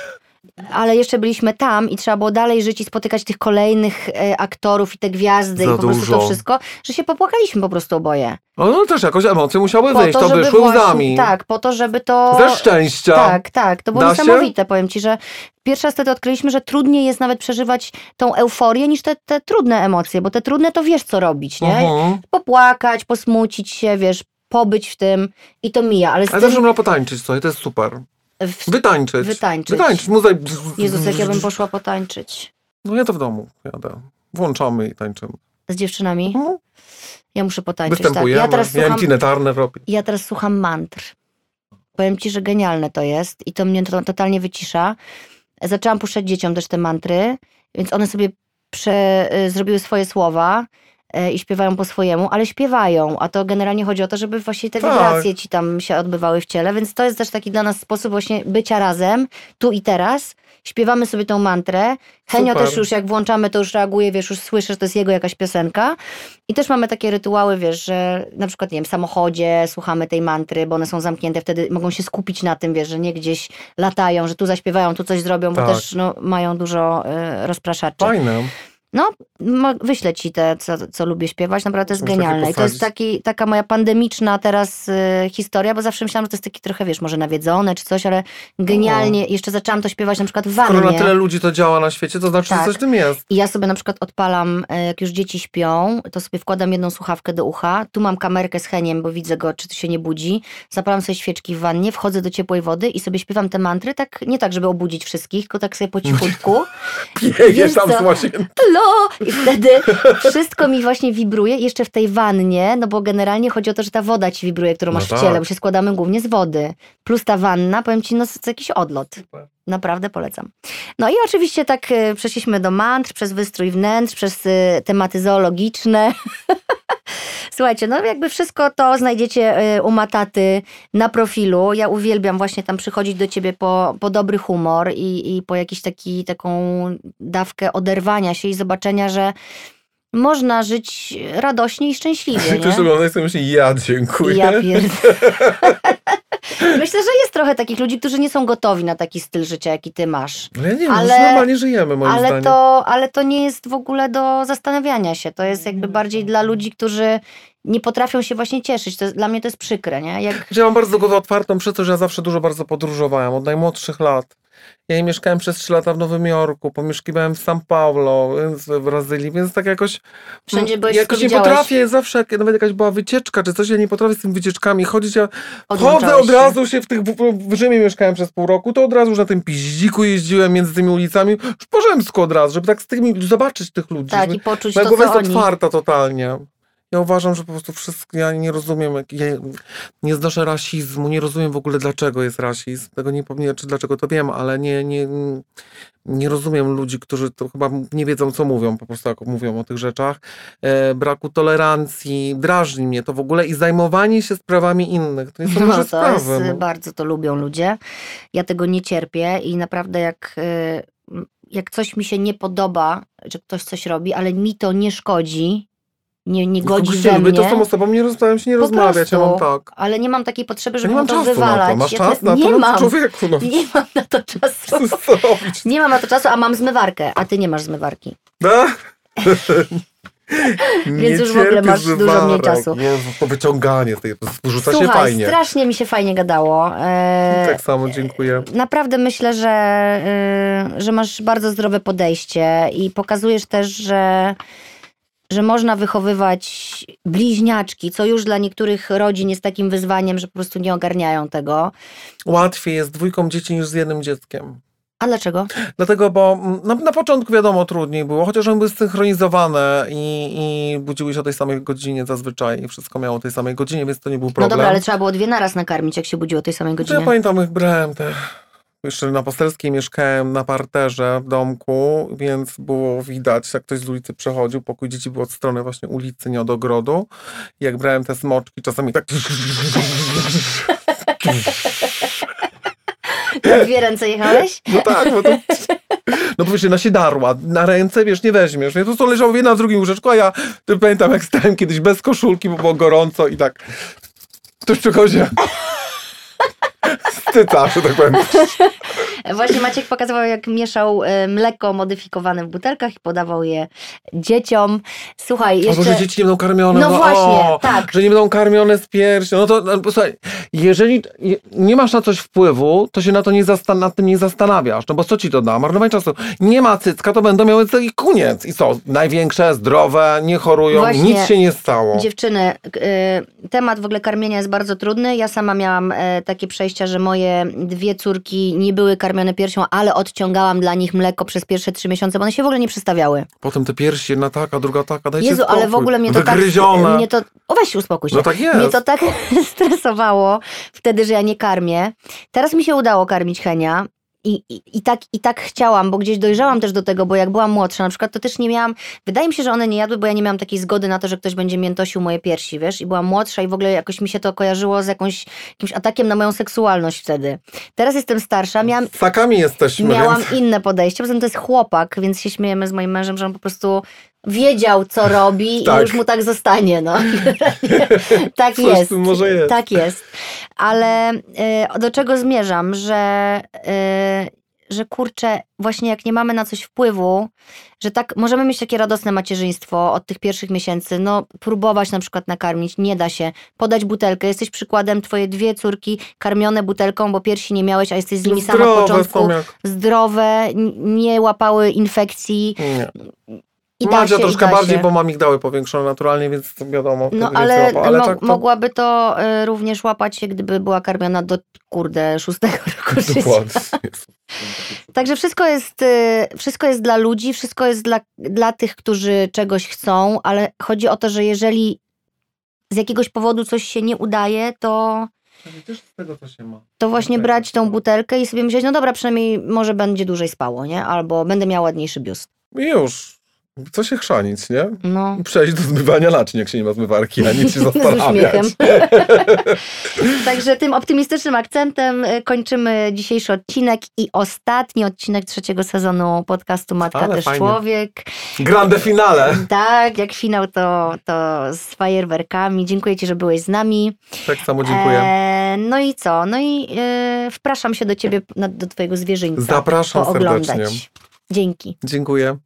ale jeszcze byliśmy tam i trzeba było dalej żyć i spotykać tych kolejnych e, aktorów i te gwiazdy Za i po prostu dużo. to wszystko, że się popłakaliśmy po prostu oboje. No, no też jakoś emocje musiały Po wyjść, to, żeby wyszły właśnie- łzami. Tak, po to, żeby to... Ze szczęścia. Tak, tak. To było Da się? niesamowite, powiem ci, że pierwszy raz wtedy odkryliśmy, że trudniej jest nawet przeżywać tą euforię niż te, te trudne emocje, bo te trudne to wiesz, co robić, nie? Mhm. Popłakać, posmucić się, wiesz, pobyć w tym i to mija, ale z Ale tym... zawsze można potańczyć, słuchaj, to jest super. w... Wytańczyć. Wytańczyć. Wytańczyć, muzyk. Jezus, jak ja bym poszła potańczyć. No ja to w domu jadę. Włączamy i tańczymy. Z dziewczynami? No, Ja muszę potańczyć, tak. występujemy. Ja teraz Miałem słucham... Tinę Turner robić. Ja teraz słucham mantr. Powiem ci, że genialne to jest i to mnie to, totalnie wycisza. Zaczęłam puszczać dzieciom też te mantry, więc one sobie prze, y, zrobiły swoje słowa y, i śpiewają po swojemu, ale śpiewają, a to generalnie chodzi o to, żeby właśnie te Tak. wibracje ci tam się odbywały w ciele, więc to jest też taki dla nas sposób właśnie bycia razem, tu i teraz. Śpiewamy sobie tą mantrę. Henio Super. też już jak włączamy, to już reaguje, wiesz, już słyszę, że to jest jego jakaś piosenka. I też mamy takie rytuały, wiesz, że na przykład, nie wiem, w samochodzie słuchamy tej mantry, bo one są zamknięte, wtedy mogą się skupić na tym, wiesz, że nie gdzieś latają, że tu zaśpiewają, tu coś zrobią, bo Tak. też no, mają dużo y, rozpraszaczy. Fajne. No, mo- wyślę ci te, co, co lubię śpiewać, naprawdę to jest Muszę takie genialne. I to jest posadzić. taki, taka moja pandemiczna teraz y, historia, bo zawsze myślałam, że to jest taki trochę, wiesz, może nawiedzone czy coś, ale genialnie, jeszcze zaczęłam to śpiewać na przykład w Skoro na wannie. tyle ludzi to działa na świecie, to znaczy, Tak. że coś w tym jest. I ja sobie na przykład odpalam, e, jak już dzieci śpią, to sobie wkładam jedną słuchawkę do ucha, tu mam kamerkę z Heniem, bo widzę go, czy to się nie budzi, zapalam sobie świeczki w wannie, wchodzę do ciepłej wody i sobie śpiewam te mantry, tak nie tak, żeby obudzić wszystkich, tylko tak sobie po cichutku. Jedziesz Wiesz tam co? z łazienki. Lo! I wtedy wszystko mi właśnie wibruje, jeszcze w tej wannie, no bo generalnie chodzi o to, że ta woda ci wibruje, którą No masz tak. w ciele, bo się składamy głównie z wody. Plus ta wanna, powiem ci, no to jakiś odlot. Naprawdę polecam. No i oczywiście tak y, przeszliśmy do mantr, przez wystrój wnętrz, przez y, tematy zoologiczne. Słuchajcie, no jakby wszystko to znajdziecie y, u Mataty na profilu. Ja uwielbiam właśnie tam przychodzić do ciebie po, po dobry humor i, i po jakiś taki, taką dawkę oderwania się i zobaczenia, że można żyć radośnie i szczęśliwie, Ktoś nie? ogląda i sobie myśli, ja dziękuję. Ja pierd... Myślę, że jest trochę takich ludzi, którzy nie są gotowi na taki styl życia, jaki ty masz. Ale ja nie wiem, Ale- ale, normalnie żyjemy, moim Ale zdaniem. to, ale to nie jest w ogóle do zastanawiania się. To jest jakby bardziej dla ludzi, którzy nie potrafią się właśnie cieszyć. To jest, dla mnie to jest przykre, nie? Jak... Że ja mam bardzo głowę otwartą przez to, że ja zawsze dużo bardzo podróżowałem, od najmłodszych lat. Ja mieszkałem przez trzy lata w Nowym Jorku, pomieszkiwałem w São Paulo, więc w Brazylii, więc tak jakoś... Wszędzie byłeś, jakoś nie widziałeś. potrafię, zawsze jak nawet jakaś była wycieczka czy coś, ja nie potrafię z tymi wycieczkami chodzić, ja Odłączałeś chodzę od się. razu się w tych... W Rzymie mieszkałem przez pół roku, to od razu już na tym piździku jeździłem między tymi ulicami, już po rzymsku od razu, żeby tak z tymi, zobaczyć tych ludzi. Tak, żeby, i poczuć moja to, głowa co jest oni. otwarta totalnie. Ja uważam, że po prostu wszystko, ja nie rozumiem, jak- ja nie znoszę rasizmu, nie rozumiem w ogóle dlaczego jest rasizm, tego nie powiem, czy dlaczego to wiem, ale nie, nie, nie rozumiem ludzi, którzy to chyba nie wiedzą, co mówią, po prostu jak mówią o tych rzeczach, e, braku tolerancji, drażni mnie to w ogóle i zajmowanie się sprawami innych, to nie są No nasze to jest, sprawy. No. bardzo to lubią ludzie. Ja tego nie cierpię i naprawdę jak, y, jak coś mi się nie podoba, że ktoś coś robi, ale mi to nie szkodzi, nie, nie godzi Kogoś we nie lubię, mnie. to z tą osobą nie rozmawiam się nie Po rozmawiać, ja mam prostu. tak. Ale nie mam takiej potrzeby, Ja żeby nie mu mam to czasu na wywalać. to. Masz Ja czas te- na nie to? mam. Człowieku, no. Nie mam na to czasu. Co robić? Nie mam na to czasu, a mam zmywarkę, a ty nie masz zmywarki. Da? Więc już w ogóle masz dużo mniej czasu. Jezu, to wyciąganie, tej- to rzuca się Słuchaj, fajnie. strasznie mi się fajnie gadało. E, Tak samo, dziękuję. Naprawdę myślę, że, y, że masz bardzo zdrowe podejście i pokazujesz też, że, że można wychowywać bliźniaczki, co już dla niektórych rodzin jest takim wyzwaniem, że po prostu nie ogarniają tego. Łatwiej jest z dwójką dzieci niż z jednym dzieckiem. A dlaczego? Dlatego, bo na, na początku wiadomo trudniej było, chociaż one były zsynchronizowane i, i budziły się o tej samej godzinie zazwyczaj i wszystko miało o tej samej godzinie, więc to nie był No problem. dobra, ale trzeba było dwie naraz nakarmić, jak się budziło o tej samej To godzinie. ja pamiętam, jak brałem te jeszcze na Poselskiej mieszkałem na parterze w domku, więc było widać, jak ktoś z ulicy przechodził. Pokój dzieci był od strony właśnie ulicy, nie od ogrodu. I jak brałem te smoczki, czasami tak... Na dwie ręce jechałeś? No tak, bo to... No powiedzcie, na się darła, na ręce, wiesz, nie weźmiesz. To prostu leżało jedna w drugim łóżeczku, a ja to pamiętam, jak stałem kiedyś bez koszulki, bo było gorąco i tak... Ktoś przychodzi... Styca, że tak powiem. Właśnie Maciek pokazywał, jak mieszał mleko modyfikowane w butelkach i podawał je dzieciom. Słuchaj, jeszcze... Albo, że dzieci nie będą karmione. No bo, właśnie, o, tak. Że nie będą karmione z piersią. No to, no, słuchaj, jeżeli nie masz na coś wpływu, to się na to nie zastan- nad tym nie zastanawiasz. No bo co ci to da? Marnowanie czasu. Nie ma cycka, to będą miały taki koniec. I co? Największe, zdrowe, nie chorują, właśnie, nic się nie stało. Dziewczyny, y, temat w ogóle karmienia jest bardzo trudny. Ja sama miałam y, takie przejścia, że moje dwie córki nie były karmione piersią, ale odciągałam dla nich mleko przez pierwsze trzy miesiące, bo one się w ogóle nie przestawiały. Potem te piersi, jedna taka, druga taka, dajcie Jezu, spokój. ale w ogóle mnie to Wygryzione. tak... Mnie to, o weź uspokój się. No tak jest. Mnie to tak stresowało wtedy, że ja nie karmię. Teraz mi się udało karmić Henia. I, i, i, tak, I tak chciałam, bo gdzieś dojrzałam też do tego, bo jak byłam młodsza na przykład, to też nie miałam, wydaje mi się, że one nie jadły, bo ja nie miałam takiej zgody na to, że ktoś będzie miętosił moje piersi, wiesz, i byłam młodsza i w ogóle jakoś mi się to kojarzyło z jakąś, jakimś atakiem na moją seksualność wtedy. Teraz jestem starsza, miałam... Sakami jesteśmy, Miałam więc... inne podejście, poza tym to jest chłopak, więc się śmiejemy z moim mężem, że on po prostu wiedział, co robi tak. I już mu tak zostanie, no. Tak Coś jest. Może jest. Tak jest. Ale y, do czego zmierzam, że, y, że kurczę, właśnie jak nie mamy na coś wpływu, że tak możemy mieć takie radosne macierzyństwo od tych pierwszych miesięcy, no próbować na przykład nakarmić, nie da się, podać butelkę, jesteś przykładem, twoje dwie córki karmione butelką, bo piersi nie miałeś, a jesteś z nimi sama od początku, zdrowe, nie łapały infekcji. Nie. I Madzia troszkę bardziej, bo ma migdały powiększone naturalnie, więc to wiadomo. No ale, łapa. ale mo- tak to... mogłaby to y, również łapać się, gdyby była karmiona do, kurde, szóstego roku życia. Także wszystko jest, y, wszystko jest dla ludzi, wszystko jest dla, dla tych, którzy czegoś chcą, ale chodzi o to, że jeżeli z jakiegoś powodu coś się nie udaje, to... Wiesz, z tego to się ma. To właśnie brać tą butelkę i sobie myśleć, no dobra, przynajmniej może będzie dłużej spało, nie? Albo będę miała ładniejszy biust. I już. Co się chrzanić, nie? No. I przejść do zmywania naczyń, jak się nie ma zmywarki, a nic się zastanawiać. Także tym optymistycznym akcentem kończymy dzisiejszy odcinek i ostatni odcinek trzeciego sezonu podcastu Matka Ale też fajnie. człowiek. Grande finale. Tak, jak finał to, to z fajerwerkami. Dziękuję ci, że byłeś z nami. Tak samo dziękuję. E, no i co? No i e, wpraszam się do ciebie, do twojego zwierzyńca. Zapraszam pooglądać. serdecznie. Dzięki. Dziękuję.